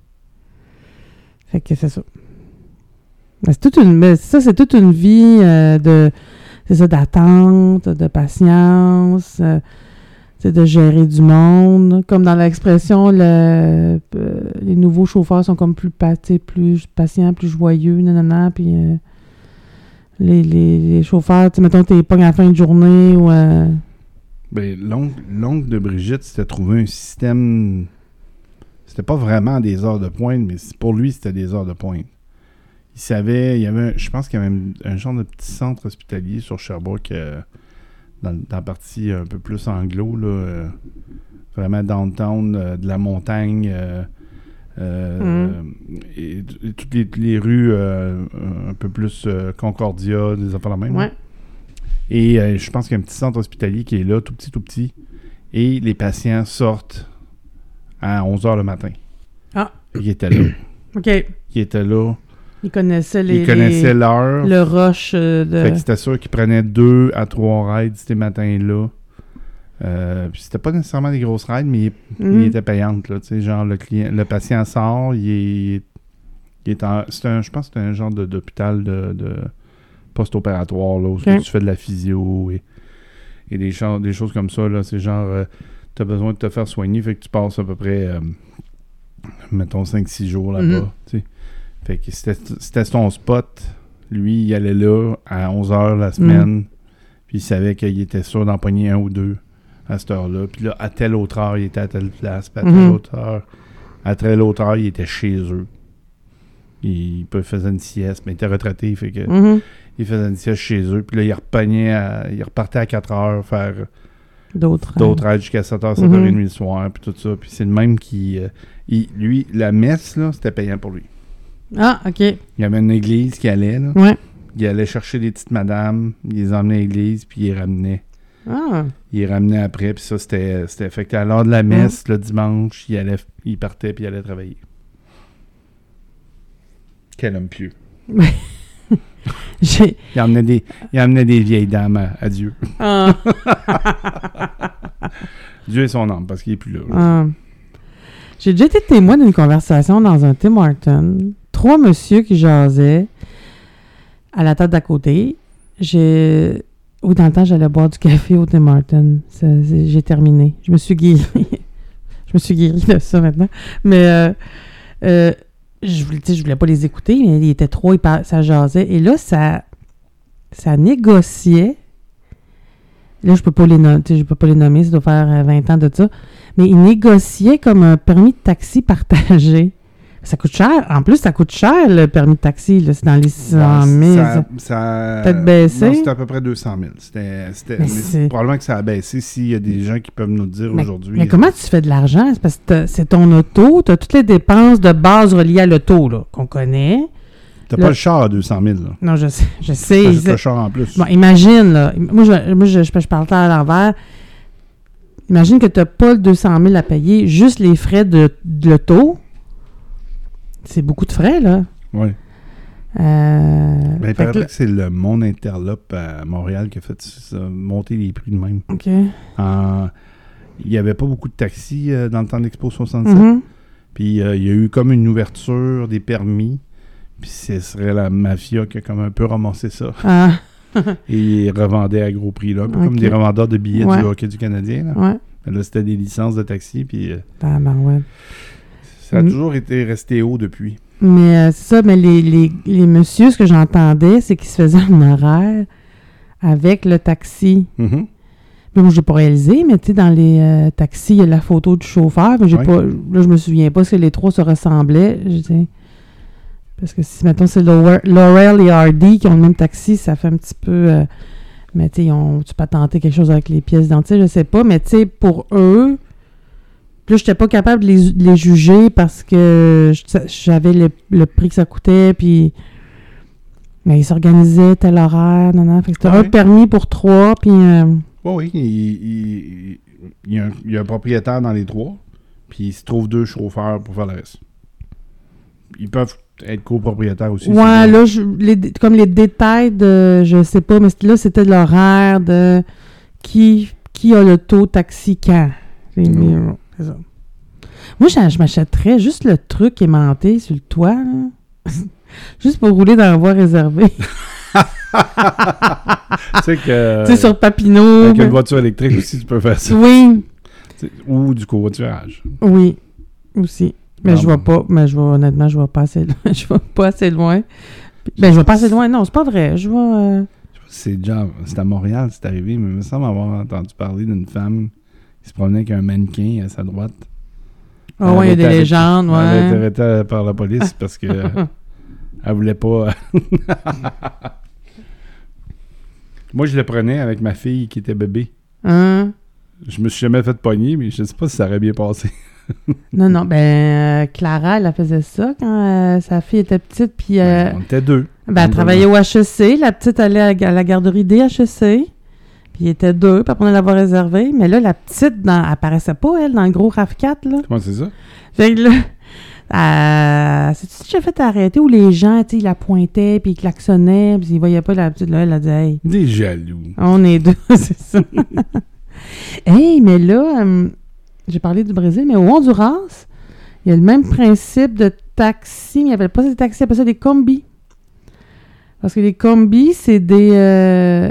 Fait que c'est ça. Mais c'est toute une... Mais ça, c'est toute une vie euh, de... C'est ça, d'attente, de patience... Euh, de gérer du monde. Comme dans l'expression, le, euh, les nouveaux chauffeurs sont comme plus, plus patients, plus joyeux, nanana, puis euh, les, les, les chauffeurs, tu sais, mettons, t'es pas à la fin de journée ou... Euh... Ben, l'oncle, l'oncle de Brigitte s'était trouvé un système... C'était pas vraiment des heures de pointe, mais pour lui, c'était des heures de pointe. Il savait, il y avait, un, je pense qu'il y avait un, un genre de petit centre hospitalier sur Sherbrooke... Euh, Dans, dans la partie un peu plus anglo, là, euh, vraiment downtown, euh, de la montagne, euh, euh, mm. et, et toutes les, les rues euh, un peu plus euh, Concordia, des affaires la même. Ouais. Et euh, je pense qu'il y a un petit centre hospitalier qui est là, tout petit, tout petit, et les patients sortent à onze heures le matin. Ah. Il était là. OK. Il était là. Il connaissait les... Il connaissait l'heure. Le rush euh, de... Fait que c'était sûr qu'il prenait deux à trois rides ces matins-là. Euh, puis c'était pas nécessairement des grosses rides, mais il, mm. il était payante, là. Tu sais, genre, le client, le patient sort, il est... Il est en, c'est un, je pense que c'est un genre de, d'hôpital de, de post-opératoire, là, où okay. tu fais de la physio et, et des, choses, des choses comme ça, là. C'est genre, euh, t'as besoin de te faire soigner, fait que tu passes à peu près, euh, mettons, cinq six jours là-bas, mm. tu sais. Fait que c'était, c'était son spot. Lui, il allait là à onze heures la semaine. Mm. Puis il savait qu'il était sûr d'en pogner un ou deux à cette heure-là. Puis là, à telle autre heure, il était à telle place. Puis à telle mm-hmm. autre heure, à telle autre heure, il était chez eux. Il, il faisait une sieste, mais il était retraité. Fait que mm-hmm. il faisait une sieste chez eux. Puis là, il repognait à, il repartait à quatre heures faire d'autres, d'autres aides jusqu'à sept heures, sept heures trente mm-hmm. le soir. Puis tout ça. Puis c'est le même qui... Euh, il, lui, la messe, là, c'était payant pour lui. Ah, OK. Il y avait une église qui allait, là. Ouais. Il allait chercher des petites madames, il les emmenait à l'église, puis il les ramenait. Ah. Il les ramenait après, puis ça, c'était... c'était fait qu'à l'heure de la messe, le dimanche, il, allait, il partait, puis il allait travailler. Quel homme pieux. J'ai... Il emmenait des, il emmenait des vieilles dames à, à Dieu. Ah. Dieu est son âme, parce qu'il est plus là. Ah. J'ai déjà été témoin d'une conversation dans un Tim Hortons. Trois messieurs qui jasaient à la table d'à côté. J'ai... Oui, dans le temps, j'allais boire du café au Tim Hortons. Ça, j'ai terminé. Je me suis guérie. je me suis guérie de ça maintenant. Mais euh, euh, je voulais, je voulais pas les écouter, mais il était trois, il par... ça jasait. Et là, ça, ça négociait. Là, je peux pas les nommer, je peux pas les nommer, ça doit faire vingt ans de ça. Mais ils négociaient comme un permis de taxi partagé. Ça coûte cher. En plus, ça coûte cher, le permis de taxi. Là. C'est dans les six cent mille. Ça, ça, peut-être baissé. Non, c'était à peu près deux cent mille. C'était, c'était, mais mais c'est... Probablement que ça a baissé s'il y a des gens qui peuvent nous dire mais, aujourd'hui. Mais comment tu fais de l'argent? C'est parce que c'est ton auto, tu as toutes les dépenses de base reliées à l'auto là, qu'on connaît. T'as là, pas le char à deux cent mille. Là. Non, je sais. Je sais. T'as juste le char en plus. Bon, imagine, là. Moi, je, moi, je, je, je parle à l'envers. Imagine que tu n'as pas le deux cent mille à payer, juste les frais de, de l'auto. C'est beaucoup de frais, là. Oui. Euh, ben, il paraît que, que c'est le Monde Interlope à Montréal qui a fait ça, monter les prix de même. OK. En, il n'y avait pas beaucoup de taxis euh, dans le temps de l'Expo soixante-sept. Mm-hmm. Puis euh, il y a eu comme une ouverture des permis. Puis ce serait la mafia qui a comme un peu ramassé ça. Ah. Et revendait à gros prix, là. Un peu okay. comme des revendeurs de billets ouais. du hockey du Canadien, là. Ouais. Là, c'était des licences de taxi, puis... Euh, ah, ben ouais. Ça a mm. toujours été resté haut depuis. Mais euh, c'est ça, mais les, les, les messieurs, ce que j'entendais, c'est qu'ils se faisaient un horaire avec le taxi. Mm-hmm. Mais moi, je n'ai pas réalisé, mais tu sais, dans les euh, taxis, il y a la photo du chauffeur. Mais j'ai ouais. pas, là, je me souviens pas si les trois se ressemblaient. Je dis, parce que si, mettons, c'est Laurel et Hardy qui ont le même taxi, ça fait un petit peu... Euh, mais tu sais, tu peux tenter quelque chose avec les pièces d'identité, je sais pas. Mais tu sais, pour eux... Puis là, j'étais pas capable de les, de les juger parce que j'avais le, le prix que ça coûtait, puis... Mais ils s'organisaient tel horaire, non, non. Fait que c'était ah, un oui. permis pour trois, puis... Euh... Oh oui, il, il, il, y a un, il y a un propriétaire dans les trois, puis il se trouve deux chauffeurs pour faire le reste. Ils peuvent être copropriétaires aussi. Ouais, là, je, les, comme les détails de... Je sais pas, mais là, c'était de l'horaire de qui, qui a le taux taxi quand. Les, mmh. les, c'est ça. Moi, je, je m'achèterais juste le truc aimanté sur le toit, là. Juste pour rouler dans la voie réservée. Tu sais que... Tu sais, sur Papineau. Avec une voiture électrique aussi, tu peux faire ça. Oui. T'sais, ou du covoiturage. Oui, aussi. Mais ah, je vois bon. pas, mais je vois, honnêtement, je vois pas assez loin. Je vois pas assez loin. Ben, je vois pas assez loin. Non, c'est pas vrai. Je vois... Euh... C'est déjà... C'est à Montréal, c'est arrivé, mais il me semble avoir entendu parler d'une femme qui se promenait avec un mannequin à sa droite. Ah oh, oui, il y a des arrêté, légendes, ouais. Elle a été arrêtée par la police parce que elle voulait pas... Moi, je le prenais avec ma fille qui était bébé. Hein? Je me suis jamais fait pogner, mais je sais pas si ça aurait bien passé. non, non, ben, euh, Clara, elle, elle faisait ça quand euh, sa fille était petite, puis... Euh, ben, on était deux. Ben, elle travaillait au H E C, la petite allait à la, à la garderie des H E C, puis il était deux, puis après on allait l'avoir réservé, mais là, la petite, dans, elle apparaissait pas, elle, dans le gros RAV quatre, là. Comment c'est ça? Fait que là, euh, c'est-tu déjà fait arrêter où les gens, tu sais, ils la pointaient, puis ils klaxonnaient, puis ils voyaient pas la petite, là, elle a dit, hey. Des jaloux. On est deux, c'est ça. Hey, mais là... Euh, j'ai parlé du Brésil, mais au Honduras, il y a le même principe de taxi, mais il n'y avait pas des taxis, il y avait ça des combis. Parce que les combis, c'est des... Euh,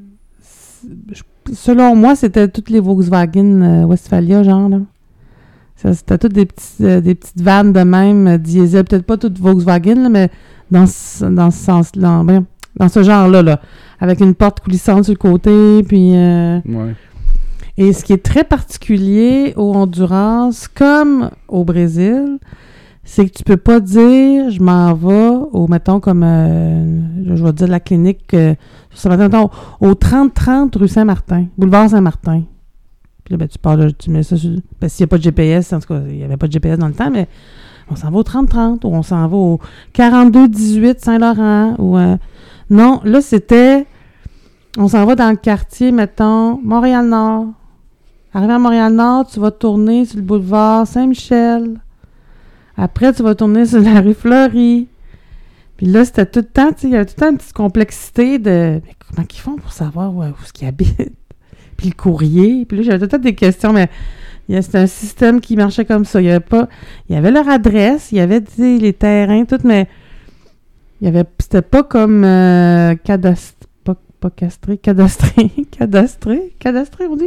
selon moi, c'était toutes les Volkswagen euh, Westphalia, genre, là. Ça, c'était toutes des, petits, euh, des petites vannes de même, euh, diesel, peut-être pas toutes Volkswagen, là, mais dans ce, dans ce sens-là, ben, dans ce genre-là, là, avec une porte coulissante sur le côté, puis... Euh, ouais. Et ce qui est très particulier au Honduras, comme au Brésil, c'est que tu peux pas dire « je m'en vais » au, mettons, comme, euh, je vais dire la clinique, euh, ce matin, mettons, au trente trente rue Saint-Martin, boulevard Saint-Martin. Puis là, ben, tu parles, tu mets ça sur... Parce qu'il n'y a pas de G P S, en tout cas, il n'y avait pas de G P S dans le temps, mais on s'en va au trente trente, ou on s'en va au quarante-deux dix-huit Saint-Laurent, ou... Euh, non, là, c'était... On s'en va dans le quartier, mettons, Montréal-Nord. Arrivé à Montréal-Nord, tu vas tourner sur le boulevard Saint-Michel. Après, tu vas tourner sur la rue Fleury. Puis là, c'était tout le temps, tu sais, il y avait tout le temps une petite complexité de... Mais comment ils font pour savoir où, où est-ce qu'ils habitent? Puis le courrier. Puis là, j'avais tout le temps des questions, mais il y a, c'était un système qui marchait comme ça. Il y avait pas... Il y avait leur adresse, il y avait, tu sais, les terrains, tout, mais... Il y avait... C'était pas comme euh, cadastre... Pas, pas castré, cadastré. Cadastré? Cadastré, on dit?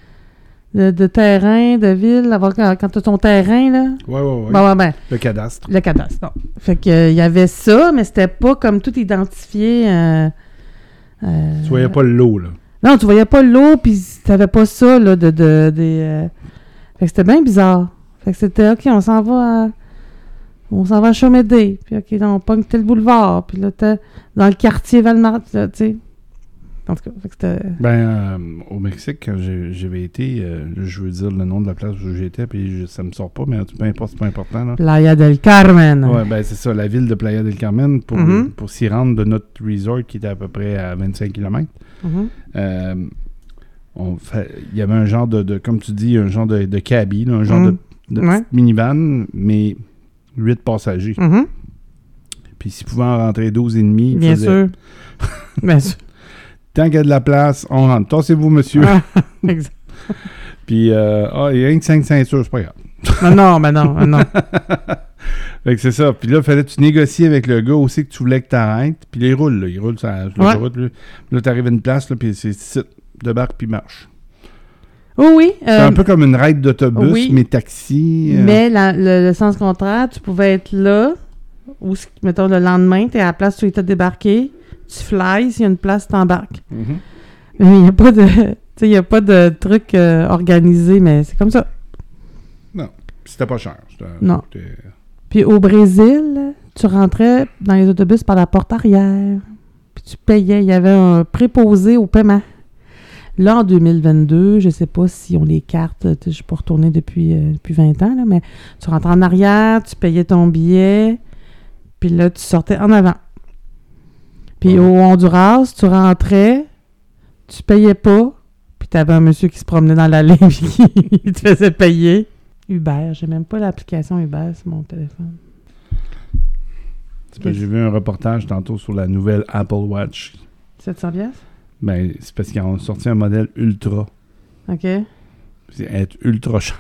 De, de terrain, de ville, avoir, quand, quand tu as ton terrain, là. Oui, oui, oui. Bon, ouais, ben, le cadastre. Le cadastre, non. Fait que, euh, il y avait ça, mais c'était pas comme tout identifié. Euh, euh, tu voyais pas le lot, là. Non, tu voyais pas l'eau, puis t'avais pas ça, là, de... de, de euh... Fait que c'était bien bizarre. Fait que c'était, OK, on s'en va à... On s'en va à Chaumédé. Puis, OK, là, on pogne tel boulevard. Puis là, t'es dans le quartier Valmar, tu sais. En tout cas, fait que c'était... Ben, euh, au Mexique, quand j'ai, j'avais été, euh, je veux dire le nom de la place où j'étais, puis je, ça me sort pas, mais peu importe, c'est pas important, là. Playa del Carmen. Ouais, ben c'est ça, la ville de Playa del Carmen, pour, Mm-hmm. pour s'y rendre de notre resort, qui était à peu près à vingt-cinq kilomètres. Mm-hmm. Euh, on fait, il y avait un genre de, de comme tu dis, un genre de, de cabbie, là, un genre Mm-hmm. de, de Ouais. petite minivan, mais huit passagers. Mm-hmm. Puis s'ils pouvaient en rentrer douze et demi, ils Bien faisaient, sûr. Bien sûr. tant qu'il y a de la place, on rentre. Tassez-vous, monsieur. Ah, exact. Puis, euh, ah, il y a rien que cinq ceintures, c'est pas grave. Mais non, mais non, mais non. Fait que c'est ça. Puis là, il fallait que tu négocies avec le gars aussi que tu voulais que tu arrêtes. Puis là, il roule, là. Il roule sur la, sur la Ouais. route. Là, là tu arrives à une place, là, puis c'est site de barque, puis marche. Oh oui. C'est euh, un peu comme une ride d'autobus, oui. mais taxi. euh, Mais la- le, le sens contraire, tu pouvais être là, ou mettons le lendemain, tu es à la place où tu étais débarqué, tu fly, s'il y a une place, tu t'embarques. mhm. Mais il n'y a pas de. Tu sais, il n'y a pas de truc euh, organisé, mais c'est comme ça. Non. Puis c'était pas cher. C'était- Non. c'était- Puis au Brésil, tu rentrais dans les autobus par la porte arrière. Puis tu payais. Il y avait un préposé au paiement. Là, en deux mille vingt-deux, je sais pas si on les cartes. Tu sais, je suis pas retournée depuis, euh, depuis vingt ans, là, mais tu rentrais en arrière, tu payais ton billet, puis là, tu sortais en avant. Puis Ouais. au Honduras, tu rentrais, tu payais pas, puis tu avais un monsieur qui se promenait dans l'allée, puis il te faisait payer. Uber, j'ai même pas l'application Uber sur mon téléphone. C'est parce que j'ai vu un reportage tantôt sur la nouvelle Apple Watch. sept cents piastres? Ben, c'est parce qu'ils ont sorti un modèle ultra. OK. C'est être ultra cher.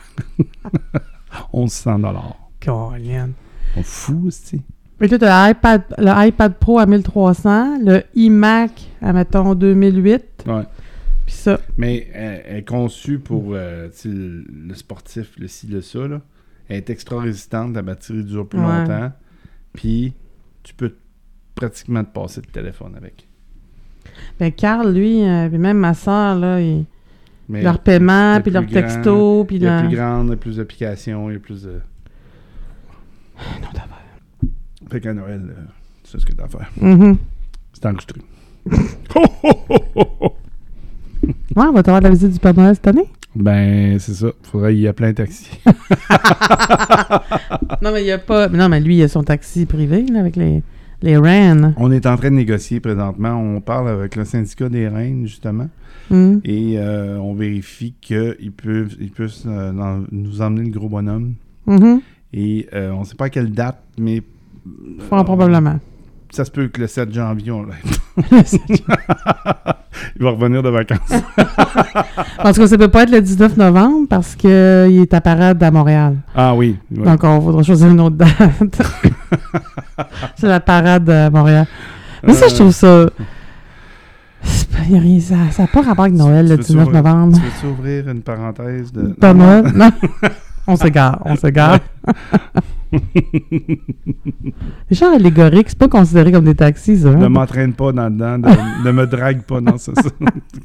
mille cinq cents dollars. Colin. On fout, c'est. Et là, t'as l'iPad, le iPad Pro à mille trois cents, le iMac à, mettons, deux mille huit, Ouais. puis ça. Mais elle, elle est conçue pour euh, tu sais, le, le sportif, le ci, le ça. Là. Elle est extra résistante, la batterie dure plus Ouais. longtemps. Puis, tu peux pratiquement te passer de téléphone avec. Ben, Carl, lui, euh, puis même ma soeur, là, il- Mais leur paiement, le puis plus leur grand, texto, puis il y a leur... plus grande, il y a plus d'applications, il y a plus de... Non, d'affaires. Fait qu'à Noël, euh, tu sais ce que t'as à faire. Mhm. C'est enregistré. Ouais, on va avoir la visite du Père Noël cette année. Ben, c'est ça. Faudrait y appeler un taxi. Non, mais il y a pas... Non, mais lui, il a son taxi privé, là, avec les, les Rennes. On est en train de négocier présentement. On parle avec le syndicat des Reines, justement. Mhm. Et euh, on vérifie qu'ils peuvent, ils peuvent euh, dans- nous emmener le gros bonhomme. Mhm. Et euh, on ne sait pas à quelle date, mais... Fort probablement. Ça se peut que le sept janvier, on l'a. Il va revenir de vacances. En tout cas, ça peut pas être le dix-neuf novembre parce qu'il est à parade à Montréal. Ah oui. ouais. Donc, on faudra choisir une autre date. C'est la parade à Montréal. Mais ça, Euh, je trouve ça... c'est pas- y a rien- Ça n'a pas rapport avec Noël, Tu le veux-tu dix-neuf ouvrir- novembre. Tu veux-tu ouvrir une parenthèse de... Pas Non, Noël? Non. On s'égare, on s'égare. Les chars allégoriques, c'est pas considéré comme des taxis, ça. Ne Hein? m'entraîne pas dans dedans, de- ne me drague pas dans ça. ça.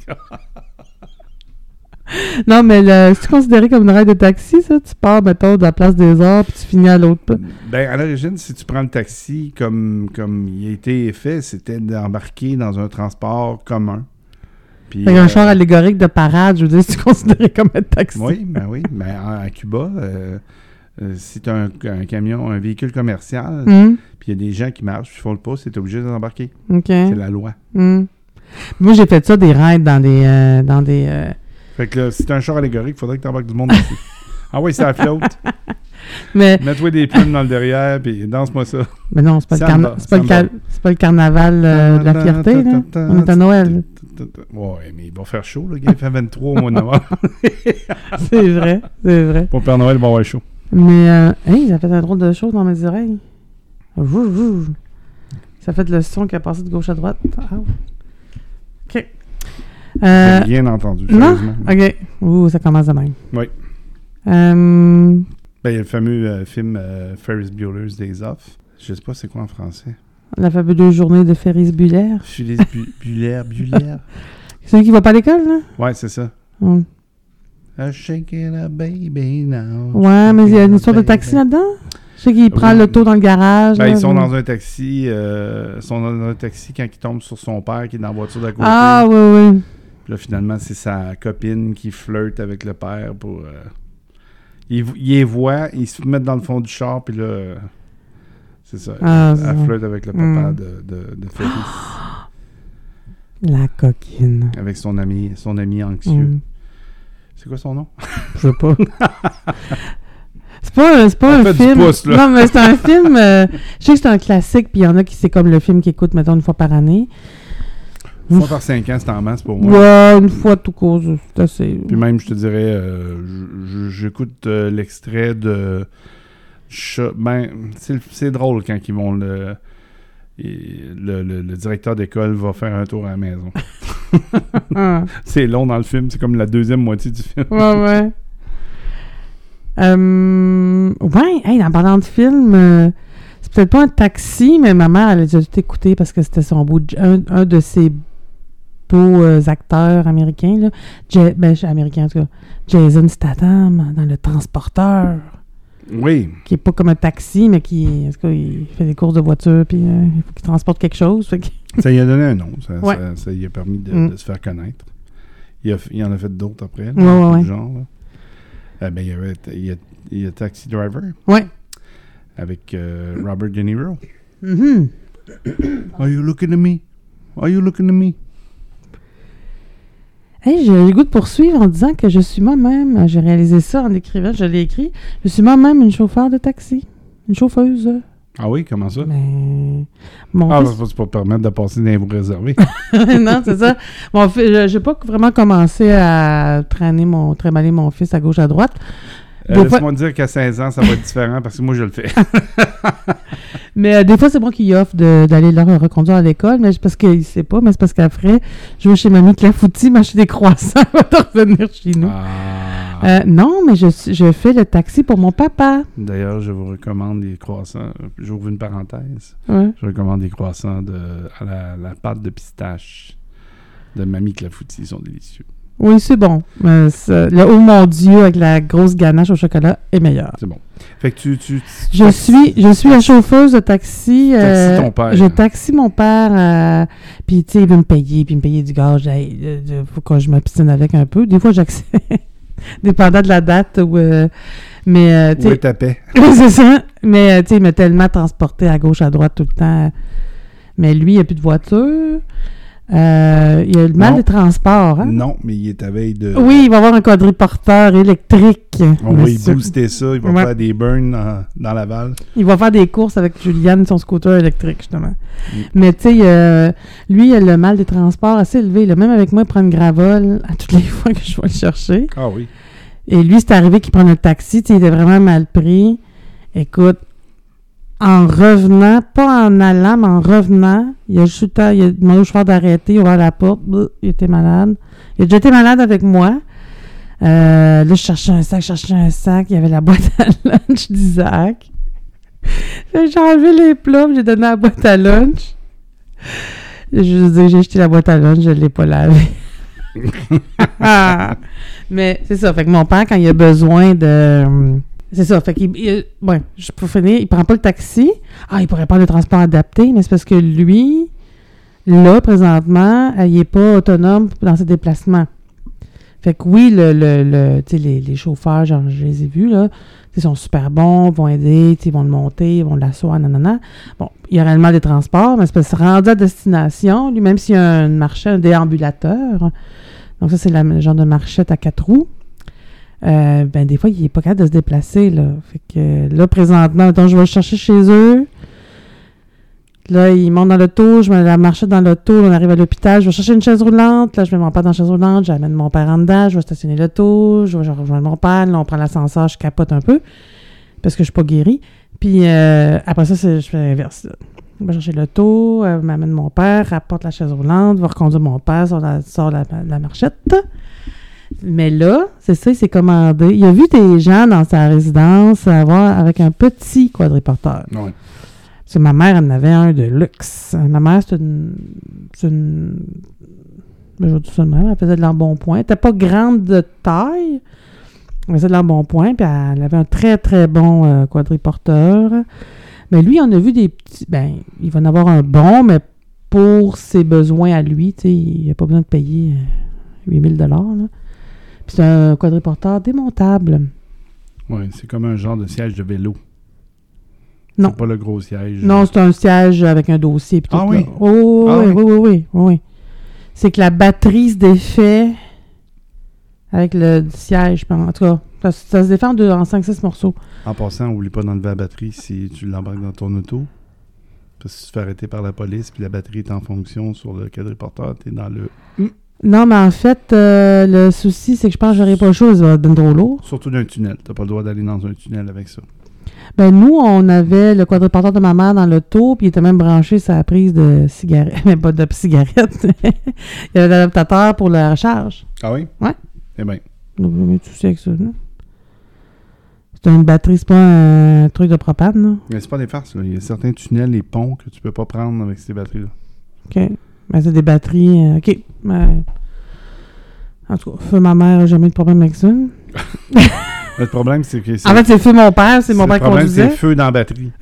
Non, mais le- c'est considéré comme une ride de taxi, ça? Tu pars, mettons, de la place des Arts, puis tu finis à l'autre. Ben, à l'origine, si tu prends le taxi comme, comme il a été fait, c'était d'embarquer dans un transport commun. Puis, Fait qu'un euh, char allégorique de parade, je veux dire, c'est considéré comme un taxi. Oui, ben oui. Ben, à, à Cuba, euh, euh, si tu as un, un camion, un véhicule commercial, Mm. puis il y a des gens qui marchent, puis ils font le pas, c'est obligé d'embarquer. OK. C'est la loi. Mm. Moi, j'ai fait ça, des raids dans des... euh, dans des euh, Fait que là, si t'as un char allégorique, il faudrait que t'embarques du monde dessus. Ah oui, c'est la flotte. Mais, Mets-toi des plumes dans le derrière, puis danse-moi ça. mais non, c'est pas, le, Ça carna- me va, c'est pas, ça le, me car- va. c'est pas le carnaval euh, de la fierté, là. On est à Noël. Ouais, mais il va faire chaud, là. Il fait vingt-trois au mois de novembre. C'est vrai, c'est vrai. Pour Père Noël, il va avoir chaud. Mais, euh, hey, ça fait un drôle de choses dans mes oreilles. Vou, vou. Ça fait le son qui a passé de gauche à droite. Ah. OK. Euh, J'ai rien entendu, non? sérieusement. OK. Ouh, ça commence de même. Oui. Euh, Ben, il y a le fameux euh, film euh, Ferris Bueller's Days Off. Je sais pas c'est quoi en français. la fabuleuse journée de Ferris Bueller. Ferris Bu- Bueller, Bueller. C'est celui qui va pas à l'école, là? Ouais, c'est ça. Mm. I'm shaking a baby now. Ouais, mais il y a une histoire de Baby. taxi là-dedans. Je sais qu'il prend Oui. l'auto dans le garage. Ben, là, ils sont ou- dans un taxi. Euh, ils sont dans un taxi quand ils tombent sur son père qui est dans la voiture d'à côté. Ah, oui, oui. Puis là, finalement, c'est sa copine qui flirte avec le père pour... Euh, il, il les voit, ils se mettent dans le fond du char, puis là... euh, c'est ça. Ah, elle, c'est elle ça. flirte avec le papa Mm. de, de, de Ferris. La coquine. Avec son ami, son ami anxieux. Mm. C'est quoi son nom? Je sais pas. C'est pas, c'est pas On un fait du film. pouce, là. Non, mais c'est un film. euh, je sais que c'est un classique, puis il y en a qui c'est comme le film qu'ils écoutent, mettons, une fois par année. Une fois par cinq ans, c'est en masse pour moi. Ouais, une fois tout cause. C'est assez. Puis même, je te dirais, euh, je- je- j'écoute euh, l'extrait de... Cha- Ben, c'est, le- c'est drôle quand ils vont le... et Le, le- le directeur d'école va faire un tour à la maison. Ah. C'est long dans le film, c'est comme la deuxième moitié du film. Ouais, ouais. Euh, ouais, hey, en parlant de film, euh, c'est peut-être pas un taxi, mais ma mère, elle a déjà tout écouté parce que c'était son beau, un, un de ses beaux euh, acteurs américains, là. Ja- ben, américain en tout cas. Jason Statham dans Le Transporteur, Oui. qui est pas comme un taxi, mais qui, en tout cas, il fait des courses de voiture, puis euh, il faut qu'il transporte quelque chose. Fait que- Ça lui a donné un nom. Ça, Ouais. ça, ça lui a permis de, Mm. de se faire connaître. Il, a, il en a fait d'autres après. Là, Ouais, ouais, tout ouais. genre. Là. Euh, ben, il y avait il y a, il y a Taxi Driver Ouais. avec euh, Robert De Niro. Mhm. Are you looking at me? Are you looking at me? Hey, j'ai le goût de poursuivre en disant que je suis moi-même, j'ai réalisé ça en écrivant, je l'ai écrit, je suis moi-même une chauffeur de taxi, une chauffeuse. Ah oui, comment ça? Mais mon Ah, fils... ben, c'est pour te permettre de passer dans les voies réservées. non, c'est ça. Mon fils, je j'ai pas vraiment commencé à traîner mon, trimballer mon fils à gauche à droite. Euh, Des fois- Laisse-moi dire qu'à seize ans, ça va être différent parce que moi, je le fais. Mais euh, des fois, c'est moi qui offre de- d'aller leur reconduire à l'école, mais c'est parce qu'il sait pas, mais c'est parce qu'après, je vais chez Mamie Clafoutis m'acheter des croissants, elle va revenir chez nous. Ah. Euh, non, mais je, suis- je fais le taxi pour mon papa. D'ailleurs, je vous recommande des croissants. J'ouvre une parenthèse. Ouais. Je recommande des croissants de, à la, la pâte de pistache de Mamie Clafoutis. Ils sont délicieux. Oui, c'est bon. Mais c'est- le Oh mon Dieu avec la grosse ganache au chocolat est meilleur. C'est bon. Fait que tu... tu, tu Je suis, je suis la chauffeuse de taxi. Taxi euh, ton père. Je taxi mon père. euh, puis, tu sais, il veut me payer, puis il me payer du gaz. Il faut que je m'obstine avec un peu. Des fois, j'accepte. Dépendant de la date. Ou, euh, mais, euh, tu Où sais. est ta paix? Oui, c'est ça. Mais, euh, tu sais, il m'a tellement transporté à gauche, à droite tout le temps. Mais lui, il n'a plus de voiture. Euh, il a le mal Non. des transports. Hein? Non, mais il est à veille de... Oui, il va avoir un quadriporteur électrique. On va y monsieur. booster ça. Il va Ouais. faire des burns en- dans Laval. Il va faire des courses avec Juliane, son scooter électrique, justement. Mm. Mais tu sais, euh, lui, il a le mal des transports assez élevé. Là. Même avec moi, il prend une gravole à toutes les fois que je vais le chercher. Ah oui. Et lui, c'est arrivé qu'il prenne un taxi. Tu sais, il était vraiment mal pris. Écoute, en revenant, pas en allant, mais en revenant, il a juste eu le temps, il a demandé au chauffeur d'arrêter, il a ouvert la porte, bleu, il était malade. Il a déjà été malade avec moi. Euh, là, je cherchais un sac, je cherchais un sac, il y avait la boîte à lunch d'Isaac. J'ai enlevé les plats, puis j'ai donné la boîte à lunch. Je veux dire, j'ai jeté la boîte à lunch, je ne l'ai pas lavée. Mais c'est ça, fait que mon père, quand il a besoin de... C'est ça, fait qu'il... il- ouais, je peux finir, il prend pas le taxi. Ah, il pourrait prendre le transport adapté, mais c'est parce que lui, là, présentement, euh, il est pas autonome dans ses déplacements. Fait que oui, le, le, le, tu sais, les, les chauffeurs, genre, je les ai vus, là, ils sont super bons, vont aider, ils vont le monter, ils vont l'asseoir, nanana. Bon, il y a réellement des transports, mais c'est parce que rendu à destination, lui, même s'il y a un marché, un déambulateur, donc ça, c'est la, le genre de marchette à quatre roues, euh, ben des fois, il n'est pas capable de se déplacer, là. Fait que là, présentement, mettons, je vais le chercher chez eux. Là, il monte dans l'auto, je mets la marchette dans l'auto, on arrive à l'hôpital, je vais chercher une chaise roulante, là, je mets mon père dans la chaise roulante, j'amène mon père en dedans, je vais stationner l'auto, je vais je rejoindre mon père, là, on prend l'ascenseur, je capote un peu, parce que je suis pas guérie. Puis euh, après ça, c'est, je fais l'inverse. Là. Je vais chercher l'auto, euh, m'amène mon père, rapporte la chaise roulante, va reconduire mon père, sort la, sort la, la marchette. Mais là, c'est ça, il s'est commandé. Il a vu des gens dans sa résidence avoir avec un petit quadriporteur. Oui. Parce que ma mère en avait un de luxe. Ma mère, c'est une... C'est une... Je vais dire ça de même, elle faisait de l'embonpoint. Elle n'était pas grande de taille. Elle faisait de l'embonpoint, puis elle avait un très, très bon euh, quadriporteur. Mais lui, on a vu des petits... Ben, il va en avoir un bon, mais pour ses besoins à lui, tu sais, il n'a pas besoin de payer huit mille dollars. Puis c'est un quadriporteur démontable. Oui, c'est comme un genre de siège de vélo. Non. C'est pas le gros siège. Non, c'est un siège avec un dossier. Pis tout, ah oui? Là. Oh, ah oui, oui, oui, oui, oui, oui. C'est que la batterie se défait avec le siège, je pense. En tout cas, ça, ça se défait en, deux, en cinq six morceaux. En passant, n'oublie pas d'enlever la batterie si tu l'embarques dans ton auto. Parce que si tu te fais arrêter par la police puis la batterie est en fonction sur le quadriporteur, t'es dans le... Non, mais en fait, euh, le souci, c'est que je pense que j'aurais pas le choix, ça va être trop lourd. Surtout d'un tunnel. T'as pas le droit d'aller dans un tunnel avec ça. Ben nous, on avait le quadriporteur de ma mère dans l'auto, puis il était même branché sur la prise de cigarette, mais pas de cigarette. Il y avait l'adaptateur pour la recharge. Ah oui? Ouais. Eh bien. Donc, jamais de souci avec ça, là. C'est une batterie, c'est pas un truc de propane, là. Mais c'est pas des farces, là. Il y a certains tunnels et ponts que tu peux pas prendre avec ces batteries-là. OK. Ben, c'est des batteries... euh, OK. Ben, en tout cas, feu ma mère n'a jamais eu de problème avec ça. Le problème, c'est que... C'est, en fait, c'est feu mon père, c'est mon père qui conduisait. Le problème, c'est le feu dans la batterie.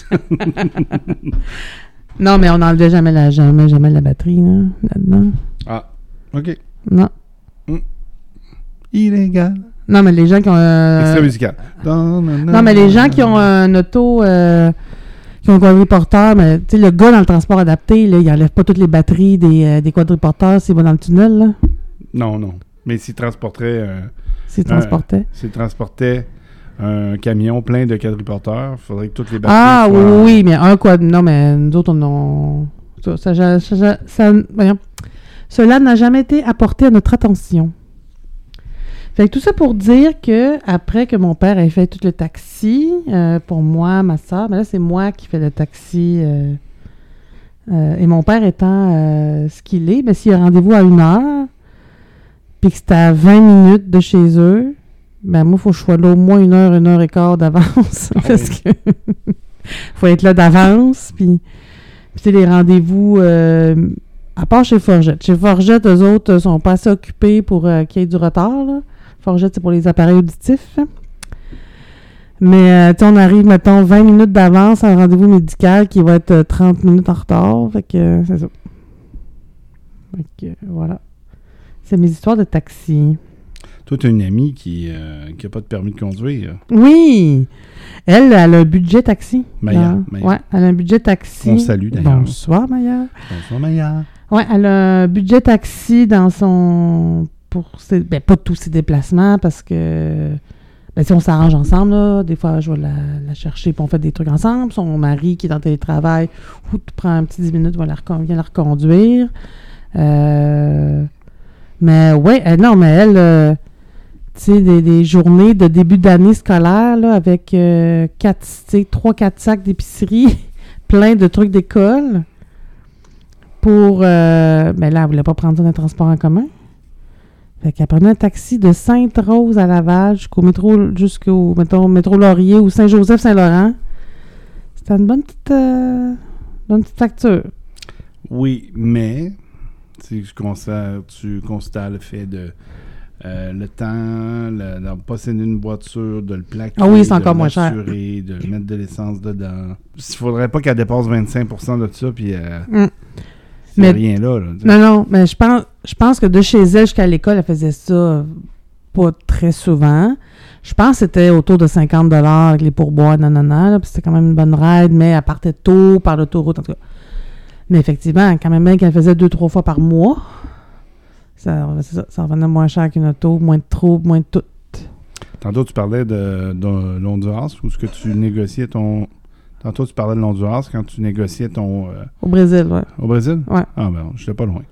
Non, mais on n'enlevait jamais la, jamais, jamais la batterie, là, là-dedans. Ah, OK. Non. Mm. Illégal. Non, mais les gens qui ont... Euh... Extrait musical. Non, non, mais les gens qui ont un auto... Euh... qui ont un quadriporteur, mais tu sais, le gars dans le transport adapté, là, il enlève pas toutes les batteries des, euh, des quadriporteurs s'il va dans le tunnel, là. Non, non. Mais s'il transporterait... Euh, s'il transportait. Euh, s'il transportait un camion plein de quadriporteurs, il faudrait que toutes les batteries Ah soient... oui, mais un quad... Non, mais nous autres, on a... Ça, ça, ça, ça, ça, voyons. Cela n'a jamais été apporté à notre attention. Fait que tout ça pour dire que après que mon père ait fait tout le taxi, euh, pour moi, ma soeur, mais là, c'est moi qui fais le taxi. Euh, euh, et mon père étant euh, ce qu'il est, ben, s'il y a rendez-vous à une heure, puis que c'était à vingt minutes de chez eux, ben moi, il faut que je sois là au moins une heure, une heure et quart d'avance. Ah parce oui. que faut être là d'avance. Puis, tu sais, les rendez-vous... Euh, à part chez Forgette. Chez Forgette, eux autres sont pas assez occupés pour euh, qu'il y ait du retard, là. Forgette, c'est pour les appareils auditifs. Mais, euh, tu sais, on arrive, mettons, vingt minutes d'avance à un rendez-vous médical qui va être euh, trente minutes en retard. Fait que, euh, c'est ça. Fait que, euh, voilà. C'est mes histoires de taxi. Toi, tu as une amie qui n'a euh, pas de permis de conduire. Oui! Elle, elle a un budget taxi. Maya. Maya. Ouais, elle a un budget taxi. On salue, d'ailleurs. Bonsoir, Maya. Bonsoir, Maya. Ouais, elle a un budget taxi dans son... pour ses... Ben, pas tous ses déplacements, parce que... Ben, si on s'arrange ensemble, là, des fois, je vais la, la chercher, puis on fait des trucs ensemble. Son mari, qui est en télétravail, ou tu prends un petit dix minutes, va la recon... vient la reconduire. Euh... Mais, ouais, elle, non, mais elle... Euh... tu sais, des, des journées de début d'année scolaire, là, avec euh, quatre, trois, quatre sacs d'épicerie, plein de trucs d'école, pour... Euh, ben là, elle voulait pas prendre ça dans le transport en commun. Fait qu'elle prenait un taxi de Sainte-Rose à Laval jusqu'au métro, jusqu'au, mettons, métro Laurier ou Saint-Joseph-Saint-Laurent. C'était une bonne petite, euh, bonne petite facture. Oui, mais tu constates, tu constates le fait de... Euh, le temps, le, de posséder une voiture, de le plaquer, ah oui, c'est encore de moins cher. de mettre de l'essence dedans. Il faudrait pas qu'elle dépasse vingt-cinq pour cent de ça, puis... Euh, mm. C'est Mais- rien là. là Non, non, mais je pense, je pense que de chez elle jusqu'à l'école, elle faisait ça pas très souvent. Je pense que c'était autour de cinquante dollars avec les pourboires, nanana, là, puis c'était quand même une bonne ride, mais elle partait tôt par l'autoroute, en tout cas. Mais effectivement, quand même bien qu'elle faisait deux, trois fois par mois, ça, c'est ça, ça revenait moins cher qu'une auto, moins de troubles, moins de tout. Tantôt, tu parlais de, de l'Honduras, où ce que tu négociais ton... Tantôt, tu parlais de l'Honduras quand tu négociais ton... euh, Au Brésil, ouais. Au Brésil? Ouais. Ah ben, j'étais pas loin.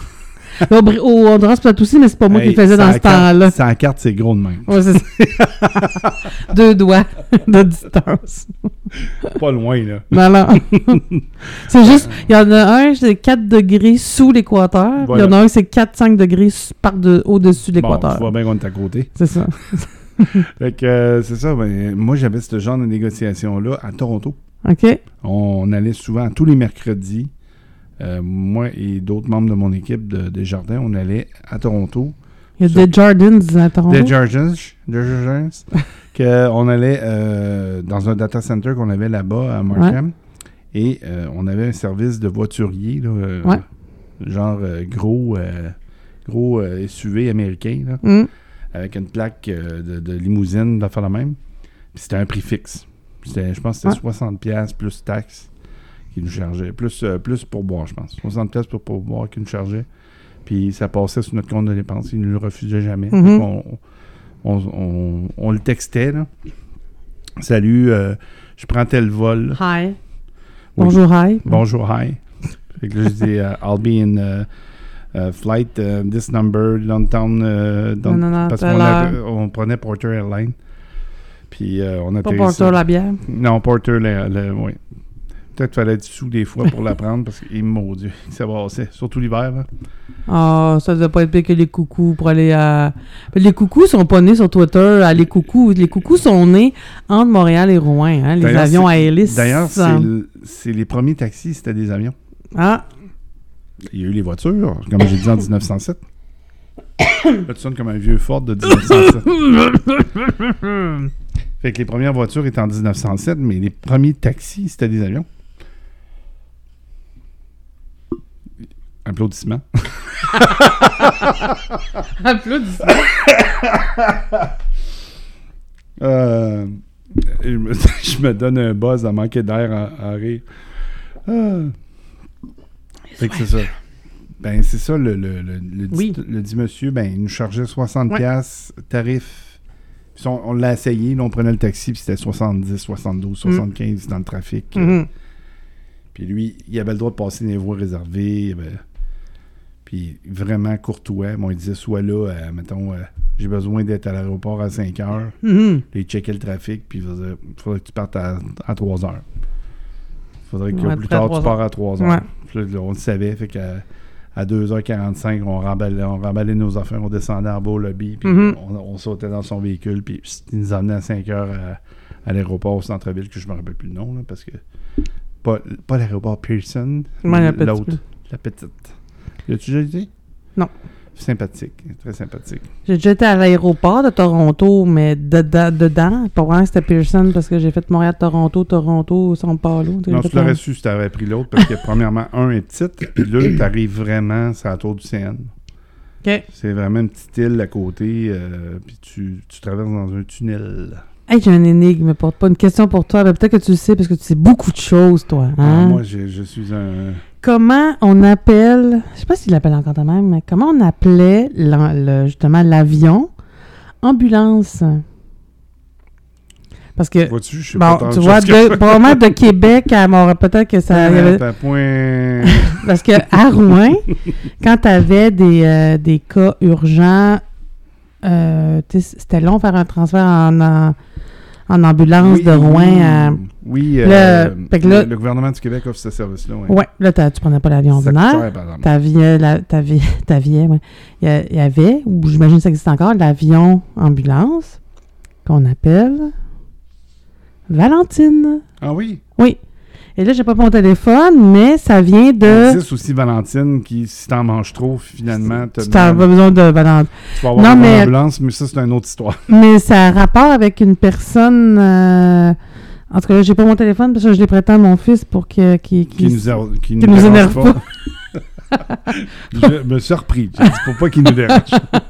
Au, Br- au Honduras, peut-être aussi, mais c'est pas moi qui Hey, le faisais dans sa ce carte- temps-là. Sa carte, c'est gros de même. Ouais, c'est ça. Deux doigts de distance. Pas loin, là. Non, non. C'est juste, il y en a un, c'est quatre degrés sous l'équateur. puis Il y en a un, c'est quatre à cinq degrés su- par de, au-dessus de Bon, l'équateur. tu vois bien qu'on est à côté. C'est ça. Fait que, euh, c'est ça. Ben, moi, j'avais ce genre de négociation-là à Toronto. OK? On allait souvent, tous les mercredis, euh, moi et d'autres membres de mon équipe de, des jardins, on allait à Toronto. Il y a Ça- des Jardins à Toronto. Des Jardins, des Jardins, qu'on allait euh, dans un data center qu'on avait là-bas à Markham. Et euh, on avait un service de voiturier, là, euh, Ouais. genre euh, gros, euh, gros euh, S U V américain, là, Hum. avec une plaque euh, de, de limousine, d'affaire la même. Puis c'était un prix fixe. C'était, je pense que c'était Ouais. soixante dollars plus taxes qu'ils nous chargeaient. Plus, euh, plus pour boire, je pense. soixante dollars pour pourboire qu'ils nous chargeaient. Puis ça passait sur notre compte de dépenses. Ils ne le refusaient jamais. Mhm. Donc, on, on, on- on le textait, là. Salut, euh, je prends tel vol. Hi. Oui. Bonjour, hi. Bonjour, hi. Fait que là, je dis, euh, I'll be in uh, uh, flight uh, this number, downtown. Uh, down- Non, non, non, parce t'as qu'on l'air- avait- on prenait Porter Airlines. Puis euh, on a Pas pour toi la bière. Non, Porter, le, le- oui. Peut-être qu'il fallait du sous des fois pour la prendre parce que, mon Dieu, ça brassait. Surtout l'hiver, là. Ah, ça doit pas être pire que les coucous pour aller à... Les coucous sont pas nés sur Twitter à les coucous. Les coucous sont nés entre Montréal et Rouen, hein, les D'ailleurs, avions c'est- à hélice. D'ailleurs, c'est, le- c'est les premiers taxis, c'était des avions. Ah, Il y a eu les voitures, comme j'ai dit en dix-neuf cent sept. Là, tu sonnes comme un vieux Ford de dix-neuf cent sept. Fait que les premières voitures étaient en dix-neuf cent sept, mais les premiers taxis, c'était des avions. Applaudissements. applaudissements. Euh, je, me, je me donne un buzz à manquer d'air à, à rire. Ah. Fait que c'est ça. Ben, c'est ça, le, le, le, le, Oui. dit, le dit monsieur, ben, il nous chargeait soixante Ouais. piastres, tarif. Puis on, on l'a essayé, là, on prenait le taxi, puis c'était soixante-dix, soixante-douze, soixante-quinze dans le trafic. Mhm. Puis lui, il avait le droit de passer dans les voies réservées. Il avait... Puis vraiment courtois. Bon, il disait, soit là, euh, mettons, euh, j'ai besoin d'être à l'aéroport à cinq heures. Mhm. Puis il checkait le trafic, puis il faisait, faudrait que tu partes à, à trois heures. Faudrait que Ouais, plus près à tard, trois tu pars à trois heures. Ouais. Puis là, on le savait, fait qu'à à deux heures quarante-cinq, on remballait, on remballait nos affaires, on descendait en bas au lobby, puis Mhm. on, on sautait dans son véhicule, puis pssst, il nous emmenait à cinq heures à, à l'aéroport au centre-ville, que je me rappelle plus le nom, là, parce que... Pas, pas l'aéroport Pearson, Ouais, la petite. l'autre, la petite. L'as-tu déjà été? Non. Sympathique, très sympathique. J'ai déjà été à l'aéroport de Toronto, mais dedans, dedans pas vraiment c'était Pearson parce que j'ai fait Montréal-Toronto, Toronto, São Paulo. Non, tu l'aurais su si tu avais pris l'autre, parce que premièrement, un est petite, puis deux, tu arrives vraiment sur la tour du C N. OK. C'est vraiment une petite île à côté, euh, puis tu, tu traverses dans un tunnel. Hey, j'ai une énigme, pour, pas une question pour toi. Ben, peut-être que tu le sais parce que tu sais beaucoup de choses, toi. Ah, Hein? moi, j'ai- je suis un... Comment on appelle, je sais pas s'il l'appelle encore de même, mais comment on appelait l'en- le- justement l'avion ambulance? Parce que, Vois-tu, je sais bon, pas tant tu de vois, choses que- de, probablement de Québec à Montréal, peut-être que ça... il y avait- Ah, point. Parce que à Rouen, quand tu avais des, euh, des cas urgents, euh, tu sais, c'était long de faire un transfert en, en, en ambulance Oui, de Rouen oui, à... Oui, Le- euh, fait que là- le, le gouvernement du Québec offre ce service-là. Ouais. Ouais, là, t'as- tu prenais pas l'avion Ça coûte ordinaire. cher, par exemple. T'aviais, la, t'aviais, t'aviais, ouais. Il y, a- il y avait, ou j'imagine que ça existe encore, l'avion ambulance qu'on appelle Valentine. Ah oui? Oui. Et là, j'ai pas mon téléphone, mais ça vient Il de... existe aussi Valentine qui, si t'en manges trop, finalement, te Tu n'as demande- pas besoin de Valentine. tu vas avoir Non, une mais- ambulance, mais ça, c'est une autre histoire. Mais ça a rapport avec une personne... euh, En tout cas, là, j'ai pas mon téléphone parce que je l'ai prêté à mon fils pour que, qu'il, Qui qu'il- nous, a- qui qui nous nous dérange énerve pas. Je me suis repris. J'ai dit, faut pas qu'il nous dérange.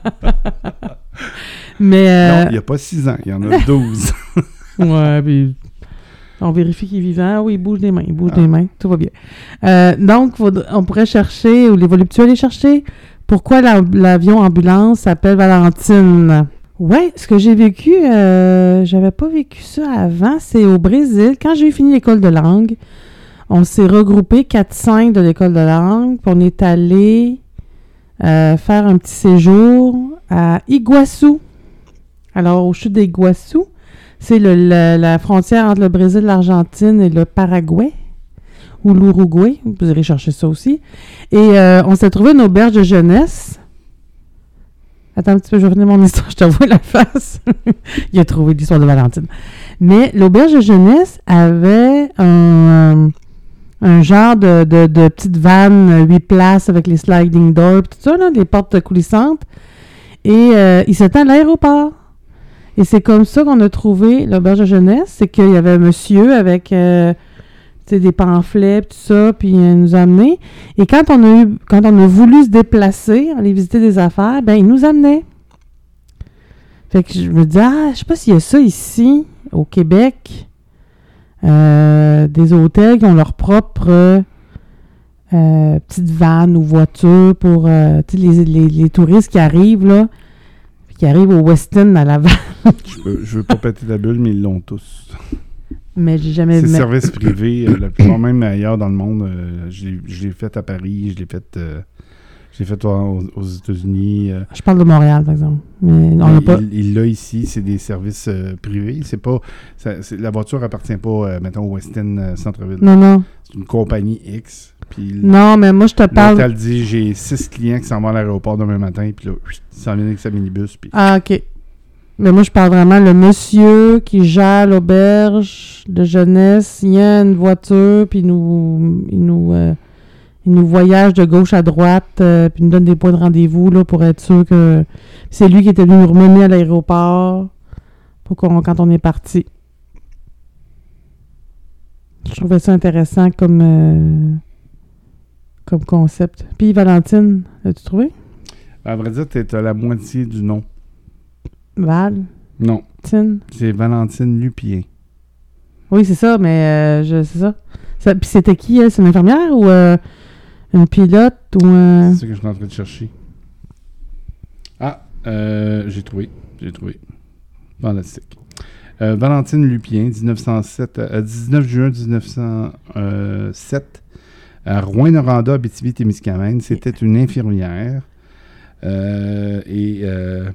Mais... Euh... Non, il n'y a pas six ans, il y en a douze. Ouais, puis... On vérifie qu'il est vivant. Oui, il bouge des mains, il bouge Ah. des mains. Tout va bien. Euh, donc, faudra- on pourrait chercher, ou les voluptueux aller chercher, pourquoi la- l'avion ambulance s'appelle Valentine. Ouais, ce que j'ai vécu, euh, j'avais pas vécu ça avant, c'est au Brésil. Quand j'ai eu fini l'école de langue, on s'est regroupés quatre cinq de l'école de langue, puis on est allé euh, faire un petit séjour à Iguaçu. Alors, au chute d'Iguaçu, c'est le, le- la frontière entre le Brésil, l'Argentine et le Paraguay, ou l'Uruguay. Vous irez chercher ça aussi. Et euh, on s'est trouvé une auberge de jeunesse. Attends un petit peu, je vais finir mon histoire, je te vois la face. Il a trouvé l'histoire de Valentine. Mais l'auberge de jeunesse avait un, un genre de, de, de petite vanne, huit places avec les sliding doors, tout ça, là, les portes coulissantes. Et euh, il s'était à l'aéroport. Et c'est comme ça qu'on a trouvé l'auberge de jeunesse. C'est qu'il y avait un monsieur avec euh, tu sais, des pamphlets, tout ça, puis il nous a amenés. Et quand on a eu, quand on a voulu se déplacer, aller visiter des affaires, ben il nous amenait. Fait que je me dis, ah, je sais pas s'il y a ça ici, au Québec. Euh, des hôtels qui ont leur propre euh, petite vanne ou voiture pour euh, tu sais, les, les, les touristes qui arrivent, là, puis qui arrivent au Westin à Laval. Je veux, je veux pas péter la bulle, mais ils l'ont tous. Mais j'ai jamais... C'est mais- service privé, euh, la plupart même ailleurs dans le monde. euh, je l'ai- je l'ai fait à Paris, je l'ai fait, euh, je l'ai fait aux, aux États-Unis. euh. Je parle de Montréal, par exemple. Mais on Mais n'a pas... Il il l'a ici, c'est des services euh, privés. C'est pas, ça- c'est- la voiture appartient pas, euh, mettons, au Westin euh, Centre-Ville. Non, non. C'est une compagnie X. Puis Non, mais moi, je te parle... l'hôtel dit, j'ai six clients qui s'en vont à l'aéroport demain matin, puis là, chut, il s'en vient avec sa minibus. Puis Ah, OK. Mais moi, je parle vraiment le monsieur qui gère l'auberge de jeunesse. Il y a une voiture, puis il nous, il nous, euh, il nous voyage de gauche à droite, euh, puis il nous donne des points de rendez-vous là, pour être sûr que... C'est lui qui était venu nous remener à l'aéroport pour qu'on, quand on est parti. Je trouvais ça intéressant comme, euh, comme concept. Puis, Valentine, l'as-tu trouvé? à vrai dire, t'es à la moitié du nom. Val? Non, Tine? c'est Valentine Lupien. Oui, c'est ça, mais euh, je c'est ça. ça Puis c'était qui, elle? C'est une infirmière ou euh, une pilote ou un... C'est ce que je suis en train de chercher. Ah, euh, j'ai trouvé. J'ai trouvé. Fantastique. Euh, Valentine Lupien, dix-neuf cent sept, euh, dix-neuf juin dix-neuf cent sept, à Rouyn-Noranda, Abitibi-Témiscamingue. C'était une infirmière. Euh, et... Euh,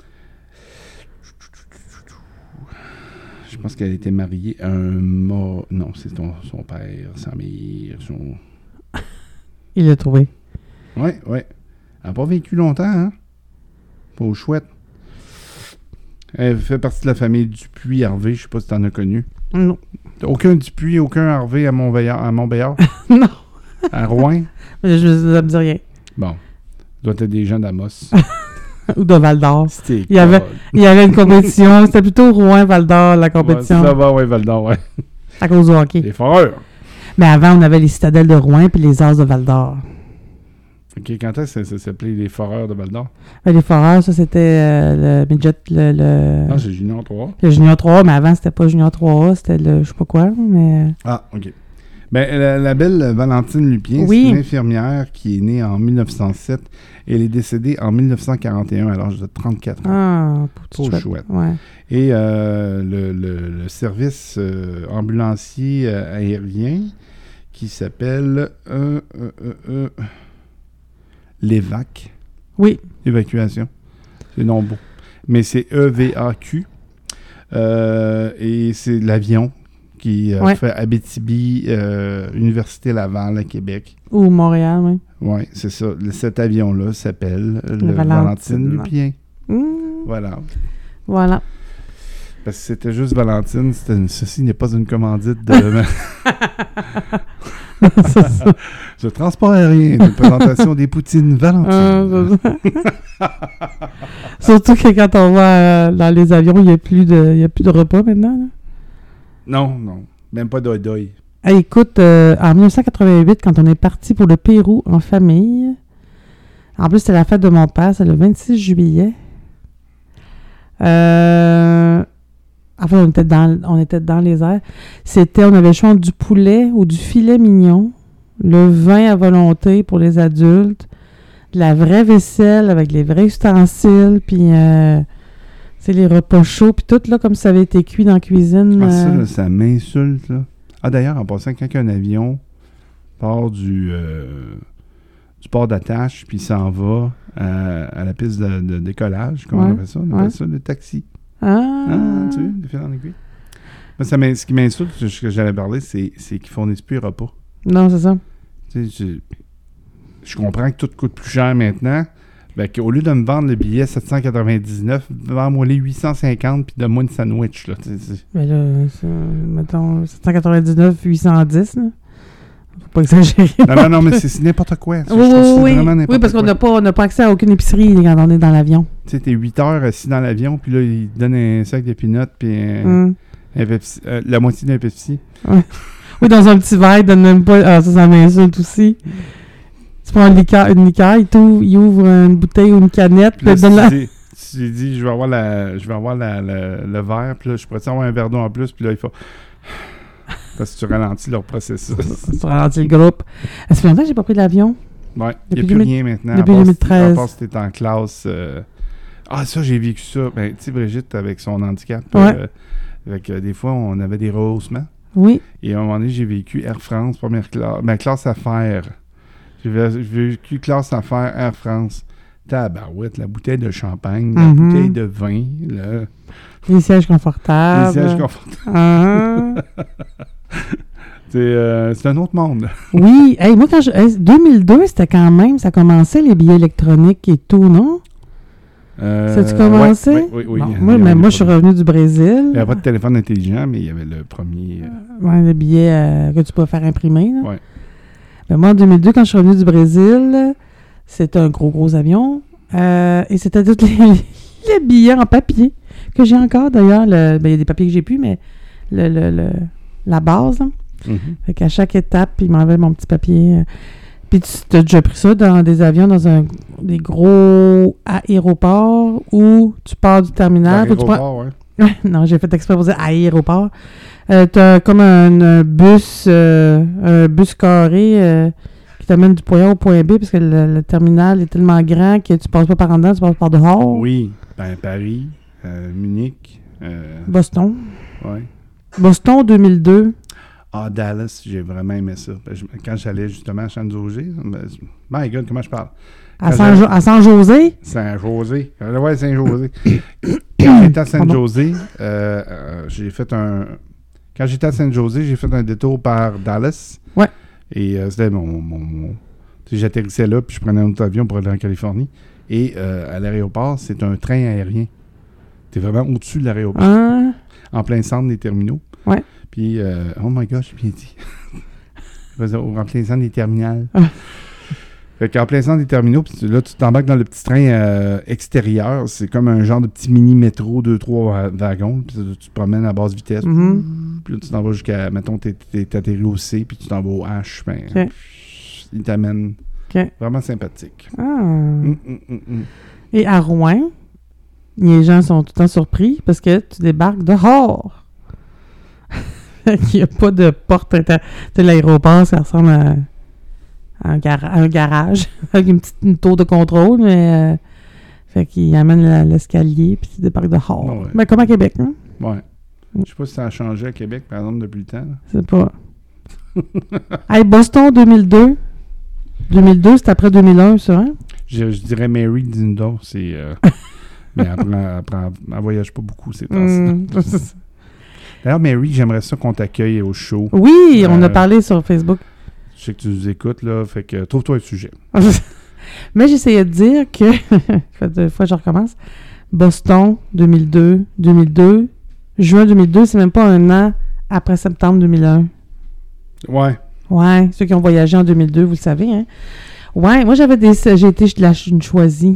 je pense qu'elle était mariée à un mort. Non, c'est ton, son père, Samir, son. Il l'a trouvé. Ouais, ouais. Elle n'a pas vécu longtemps, hein? Pas chouette. Elle fait partie de la famille Dupuis-Harvey. Je sais pas si t'en as connu. Non. Aucun Dupuis, aucun Harvey à Montbéliard. À, Montbéliard, non. à Rouen. Je, je, ça me dit rien. Bon. Doit être des gens d'Amos. Ou de Val-d'Or. C'était Il y avait- cool. Il y avait une compétition. C'était plutôt Rouen-Val-d'Or, la compétition. Ouais, ça va, ouais, Val d'Or, ouais. À cause du hockey. Les foreurs. Mais avant, on avait les citadelles de Rouen puis les As de Val-d'Or. OK, quand est-ce que ça, ça s'appelait les foreurs de Val d'Or? Ben, les Foreurs, ça, c'était euh, le midget, le, le, Ah, c'est Junior trois. le Junior trois A, mais avant, c'était pas Junior trois A, c'était le je sais pas quoi, mais... Ah, OK. Ben, la, la belle Valentine Lupien, Oui. c'est une infirmière qui est née en mille neuf cent sept et elle est décédée en mille neuf cent quarante et un à l'âge de trente-quatre ans. Ah, Trop chouette. chouette. Ouais. Et euh, le, le- le service euh, ambulancier euh, aérien qui s'appelle euh, euh, euh, euh, l'E V A C, Oui, évacuation. C'est non beau. Mais c'est E V A Q. Euh, et c'est l'avion qui euh, Ouais. fait Abitibi, euh, Université Laval à Québec. ou Montréal, oui. Oui, c'est ça. Le- Cet avion-là s'appelle le, Le Valentine, Valentine. Lupien. Mmh, Voilà. voilà. Parce que c'était juste Valentine. C'était une- ceci n'est pas une commandite de... C'est ça. Ce transport aérien, une présentation des poutines Valentine. Ah, c'est ça. Surtout que quand on va euh, dans les avions, il n'y a, plus de- il y a plus de repas maintenant. là. Non, non. Même pas d'oi-doi. Hey, écoute, euh, en dix-neuf cent quatre-vingt-huit, quand on est parti pour le Pérou en famille, en plus, c'était la fête de mon père, c'est le vingt-six juillet. Euh, enfin, on était, dans, on était dans les airs. C'était, on avait le choix entre du poulet ou du filet mignon, le vin à volonté pour les adultes, de la vraie vaisselle avec les vrais ustensiles, puis euh, c'est les repas chauds, puis tout là, comme ça avait été cuit dans la cuisine. Ah, euh... ça, là, ça m'insulte, là. Ah, d'ailleurs, en passant, quand un avion part du, euh, du port d'attache, puis s'en va à, à la piste de, de décollage, comment ouais, on appelle ça? On appelle ouais. ça le taxi. Ah! Ah, tu vois, de fil en aiguille. Moi, ça ce qui m'insulte, ce que j'allais parler, c'est, c'est qu'ils fournissent plus les repas. Non, c'est ça. Tu sais, je, je comprends que tout coûte plus cher maintenant. Ben, qu'au lieu de me vendre le billet sept cent quatre-vingt-dix-neuf, vends-moi les huit cent cinquante puis donne-moi une sandwich. Là, tu sais. Mais là, c'est, mettons, sept cent quatre-vingt-dix-neuf, huit cent dix, là. Faut pas exagérer. Non, non, non, mais c'est, c'est n'importe quoi. Oui, je trouve que c'est oui, vraiment n'importe oui, parce qu'on quoi. n'a pas, on n'a pas accès à aucune épicerie quand on est dans l'avion. Tu sais, t'es huit heures assis dans l'avion, puis là, ils te donnent un sac de peanuts, puis un, Hum. un Pepsi, euh, la moitié d'un Pepsi. Oui, dans un petit verre, ils donnent même pas. Ah, ça, ça m'insulte aussi. Tu prends une liqueur, une liqueur il, t'ouvre, il ouvre une bouteille ou une canette, puis Puis là, il te donne la... tu dis, tu lui dis, je vais avoir, la, je vais avoir la, la- le verre, puis là, je pourrais avoir un verre d'eau en plus, puis là, il faut... Parce que tu ralentis leur processus. Ça ralentit le groupe. Ça fait longtemps que j'ai pas pris l'avion. Ouais, il n'y Depuis a plus deux mille rien maintenant. depuis à part deux mille si- treize. À part si t'es en classe... euh, Ah, ça, j'ai vécu ça. Ben, tu sais, Brigitte, avec son handicap, Ouais. euh, avec, euh, des fois, on avait des rehaussements. Oui. Et à un moment donné, j'ai vécu Air France, première classe. Ben, classe affaires. J'ai vé- j'ai vécu classe affaires Air France. Tabarouette, la bouteille de champagne, la Mhm. bouteille de vin, là, Les sièges confortables. les sièges confortables. Ah. C'est euh, c'est un autre monde. Oui. Hey, moi, quand je... hey, deux mille deux, c'était quand même... Ça commençait, les billets électroniques et tout, non? Euh, Ça a-tu commencé? Oui, oui, oui. Bon, il y a- moi, il y mais avait moi le je suis premier. revenu du Brésil. Il n'y avait pas de téléphone intelligent, mais il y avait le premier. euh, Ouais, le billet euh, que tu peux faire imprimer. Là. Ouais. Ben, moi, en deux mille deux, quand je suis revenu du Brésil, c'était un gros, gros avion. Euh, et c'était tous les, les billets en papier, que j'ai encore d'ailleurs. Le- ben, il y a des papiers que j'ai plus, mais le, le, le- la base. Là. Mhm. Fait qu'à chaque étape, il m'enlevait mon petit papier. euh. Puis tu as déjà pris ça dans des avions, dans un des gros aéroports où tu pars du terminal. puis tu prends- L'aéroport, ouais. non, j'ai fait exprès pour dire aéroport. Euh, t'as comme un, un bus, euh, un bus carré euh, qui t'amène du point A au point B parce que le, le terminal est tellement grand que tu passes pas par en dedans, tu passes par dehors. Oui, ben, Paris, euh, Munich, euh, Boston. ouais. Boston deux mille deux. Ah, Dallas, j'ai vraiment aimé ça. Ben, je- quand j'allais justement à San José, ben, my God, comment je parle? À Quand San, j'allais- Jo- à San José. Saint-José. Euh, Ouais, Saint-José. Quand j'étais à Pardon. Saint-José, euh, euh, j'ai fait un... Quand j'étais à Saint-José, j'ai fait un détour par Dallas. Ouais. Et euh, c'était mon... mon, mon- tu sais, j'atterrissais là, puis je prenais un autre avion pour aller en Californie. Et euh, à l'aéroport, c'est un train aérien. T'es vraiment au-dessus de l'aéroport, Hein? en plein centre des terminaux. Ouais. Puis, euh, oh my God, j'ai bien dit. Vas-y, en plein centre des terminales. Ah. Fait qu'en plein centre des terminaux, puis tu- là, tu t'embarques dans le petit train euh, extérieur. C'est comme un genre de petit mini-métro, deux, trois wa- wagons. Puis tu tu te promènes à basse vitesse. Mhm. Puis là, tu t'en vas jusqu'à, mettons, t'es, t'es, t'es atterri au C, puis tu t'en vas au H. Ben, Ok. il t'amène. OK. Vraiment sympathique. Ah. Hum, hum, hum, hum. Et à Rouen, les gens sont tout le temps surpris parce que tu débarques dehors. Il n'y a pas de porte inter... Tu sais, l'aéroport, ça ressemble à, à un, gar- à un garage avec une petite une tour de contrôle, mais... euh, fait qu'il amène la- l'escalier puis tu débarques dehors. Ah ouais. Mais comme à Québec, hein? Ouais. Je sais pas si ça a changé à Québec, par exemple, depuis le temps. là. C'est pas... Hey, Boston deux mille deux. deux mille deux, c'est après deux mille un, ça, hein? Je, je dirais Mary Dindo, c'est... euh, mais elle, prend, elle, prend- elle voyage pas beaucoup, ces temps-ci. Hum. D'ailleurs, Mary, j'aimerais ça qu'on t'accueille au show. Oui, on Euh, a parlé sur Facebook. Je sais que tu nous écoutes, là, fait que trouve-toi un sujet. Mais j'essayais de dire que, ça fait deux fois que je recommence, Boston deux mille deux, deux mille deux, juin deux mille deux, c'est même pas un an après septembre deux mille un. Ouais. Ouais, ceux qui ont voyagé en deux mille deux, vous le savez, hein. Ouais, moi j'avais des, j'ai été de la, une choisie.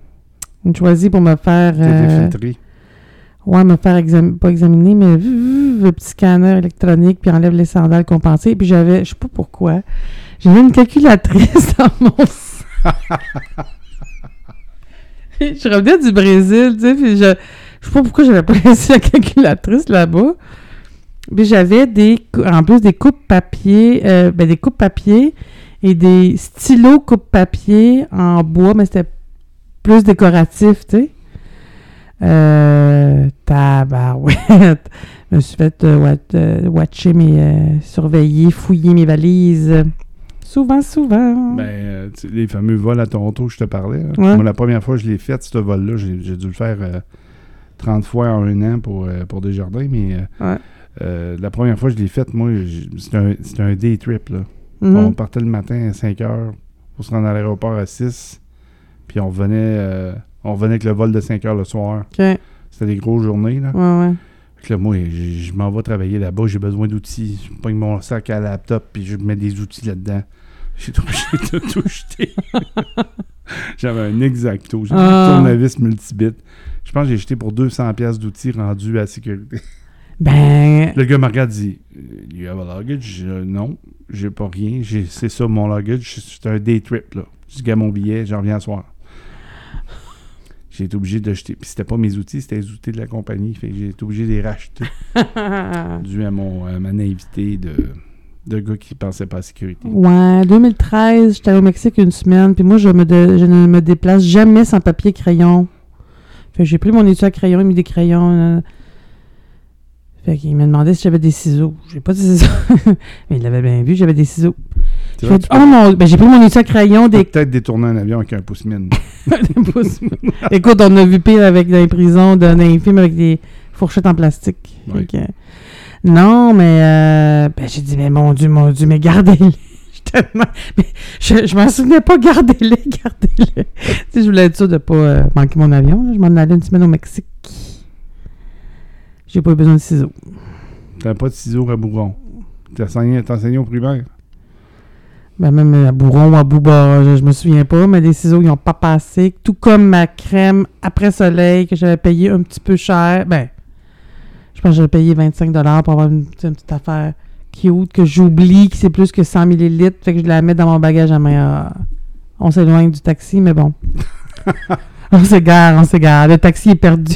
Une choisie pour me faire... T'es euh, défiltré. ouais, me faire examiner, pas examiner, mais vu- vu- enlève le petit scanner électronique, puis enlève les sandales compensées. Puis j'avais, je sais pas pourquoi, j'avais une calculatrice dans mon... Je revenais du Brésil, tu sais, puis je... Je sais pas pourquoi j'avais pas laissé la calculatrice là-bas. Puis j'avais des... En plus des coupes papier, euh, ben des coupes papier et des stylos coupe papier en bois, mais c'était plus décoratif, tu sais. Euh, tabarouette. Je me suis fait euh, wat, euh, watcher mes... Euh, surveiller, fouiller mes valises. Souvent, souvent. Ben, euh, les fameux vols à Toronto que je te parlais. Hein. Ouais. Moi, la première fois que je l'ai fait, ce vol-là, j'ai, j'ai dû le faire euh, trente fois en un an pour, euh, pour Desjardins, mais euh, Ouais. euh, la première fois que je l'ai fait, moi, j'ai, c'était, un, c'était un day trip, là. Mm-hmm. On partait le matin à cinq heures pour se rendre à l'aéroport à six, puis on revenait, euh, on revenait avec le vol de cinq heures le soir. OK. Ouais, C'était des grosses journées, là. ouais. Fait que là, moi, je, je m'en vais travailler là-bas, j'ai besoin d'outils. Je pogne mon sac à laptop, puis je mets des outils là-dedans. J'ai tout, j'ai tout jeté. J'avais un X-Acto, j'avais Ah. un tournevis multibit. Je pense que j'ai jeté pour deux cents piastres d'outils rendus à la sécurité. Ben, Le gars me regarde et dit « You have a luggage? Euh, » Non, j'ai pas rien. J'ai, c'est ça mon luggage. C'est un day trip, là. Je gagne mon billet, j'en reviens ce soir. J'ai été obligé de jeter. Puis c'était pas mes outils, c'était les outils de la compagnie. Fait que j'ai été obligé de les racheter. Dû à, mon, à ma naïveté de, de gars qui pensait pas à la sécurité. ouais, deux mille treize, j'étais au Mexique une semaine, puis moi, je, me de- je ne me déplace jamais sans papier crayon. Fait que j'ai pris mon étui à crayon, il m'a mis des crayons. euh. Fait qu'il m'a demandé si j'avais des ciseaux. J'ai pas de ciseaux. Mais il l'avait bien vu, j'avais des ciseaux. C'est J'ai vrai, fait, tu oh mon... Ben, j'ai pris mon étui à crayon, peux des... peut-être détourner un avion avec un pouce-mine. des pouces. Écoute, on a vu pire avec dans les prisons, dans les films avec des fourchettes en plastique. Fait Oui. que, non, mais euh, ben, j'ai dit, mais mon Dieu, mon Dieu, mais gardez-les. Je tellement... mais je, je m'en souvenais pas, gardez-les, gardez-les. Tu sais, je voulais être sûre de pas euh, manquer mon avion. Là. Je m'en allais une semaine au Mexique. J'ai pas eu besoin de ciseaux. T'as pas de ciseaux à bourron. T'as enseigné, t'as enseigné au primaire. Ben, même à Bourron ou à Bouba, je, je me souviens pas, mais des ciseaux, ils n'ont pas passé. Tout comme ma crème après soleil que j'avais payé un petit peu cher. Ben, je pense que j'avais payé vingt-cinq dollars pour avoir une, tu sais, une petite affaire cute que j'oublie, que c'est plus que cent millilitres. Fait que je la mets dans mon bagage à main. Ah, on s'éloigne du taxi, mais bon. On s'égare, on s'égare. Le taxi est perdu.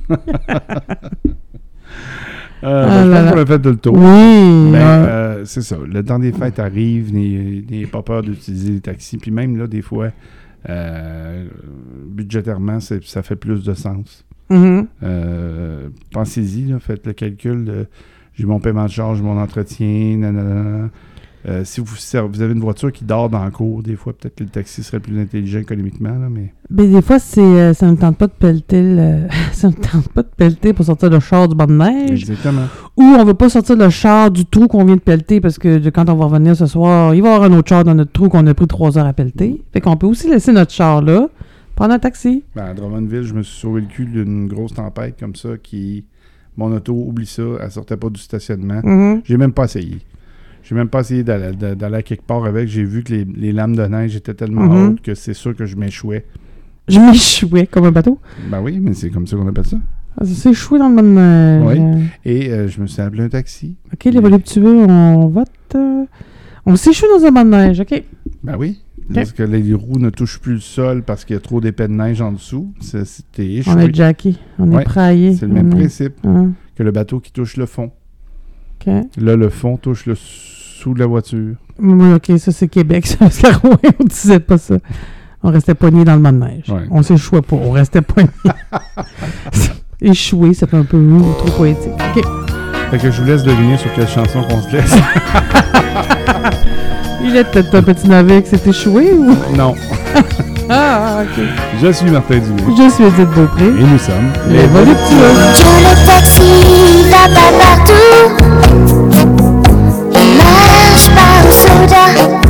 Euh, Ah ben, je là pense là. qu'on a fait le tour. Oui. Ben, euh, euh, c'est ça. Le temps des fêtes arrive, n'ayez n'ayez pas peur d'utiliser les taxis. Puis même là, des fois, euh, budgétairement, c'est- ça fait plus de sens. mhm. Euh, pensez-y, là, faites le calcul. de, j'ai mon paiement de charge, mon entretien, nanana. Euh, si vous, serv- vous avez une voiture qui dort dans le cours, des fois, peut-être que le taxi serait plus intelligent économiquement, là, mais... Ben, des fois, c'est, euh, ça ne me tente pas de pelleter le... ça ne me tente pas de pelleter pour sortir le char du banc de neige. Exactement. Ou on veut pas sortir le char du trou qu'on vient de pelleter parce que de- quand on va revenir ce soir, il va y avoir un autre char dans notre trou qu'on a pris trois heures à pelleter. Fait qu'on peut aussi laisser notre char là, prendre un taxi. Ben, à Drummondville, je me suis sauvé le cul d'une grosse tempête comme ça qui... Mon auto, oublie ça, elle sortait pas du stationnement. Mhm. J'ai même pas essayé. J'ai même pas essayé d'aller, d'a- d'aller à quelque part avec. J'ai vu que les, les lames de neige étaient tellement Mhm. hautes que c'est sûr que je m'échouais. Je m'échouais comme un bateau. Ben oui, mais c'est comme ça qu'on appelle ça. Ah, c'est échoué dans le monde. euh, Oui. euh, Et euh, je me suis appelé un taxi. OK, les voluptueux, on vote. euh, on s'échoue dans un banc de neige. OK. Ben oui. Parce que les roues ne touchent plus le sol parce qu'il y a trop d'épais de neige en dessous. C'est, c'était échoué. On est jacké. On Ouais, est praillé. C'est le même On est- principe Ah, que le bateau qui touche le fond. OK. Là, le fond touche le sous de la voiture. Oui, OK, ça c'est Québec. Ça, parce qu'à Rouen, on disait pas ça. On restait poigné dans le banc de neige. Ouais. On s'échouait pas. On restait poigné. Échoué, ça fait un peu euh, trop poétique. OK. Fait que je vous laisse deviner sur quelle chanson qu'on se laisse. Il était un petit navet qui s'est échoué ou... Non. Ah, OK. Je suis Martin Dumais. Je suis Edith Beaupré. Et nous sommes Les voluptueux. Que le taxi va pas partout. Il marche pas au soda.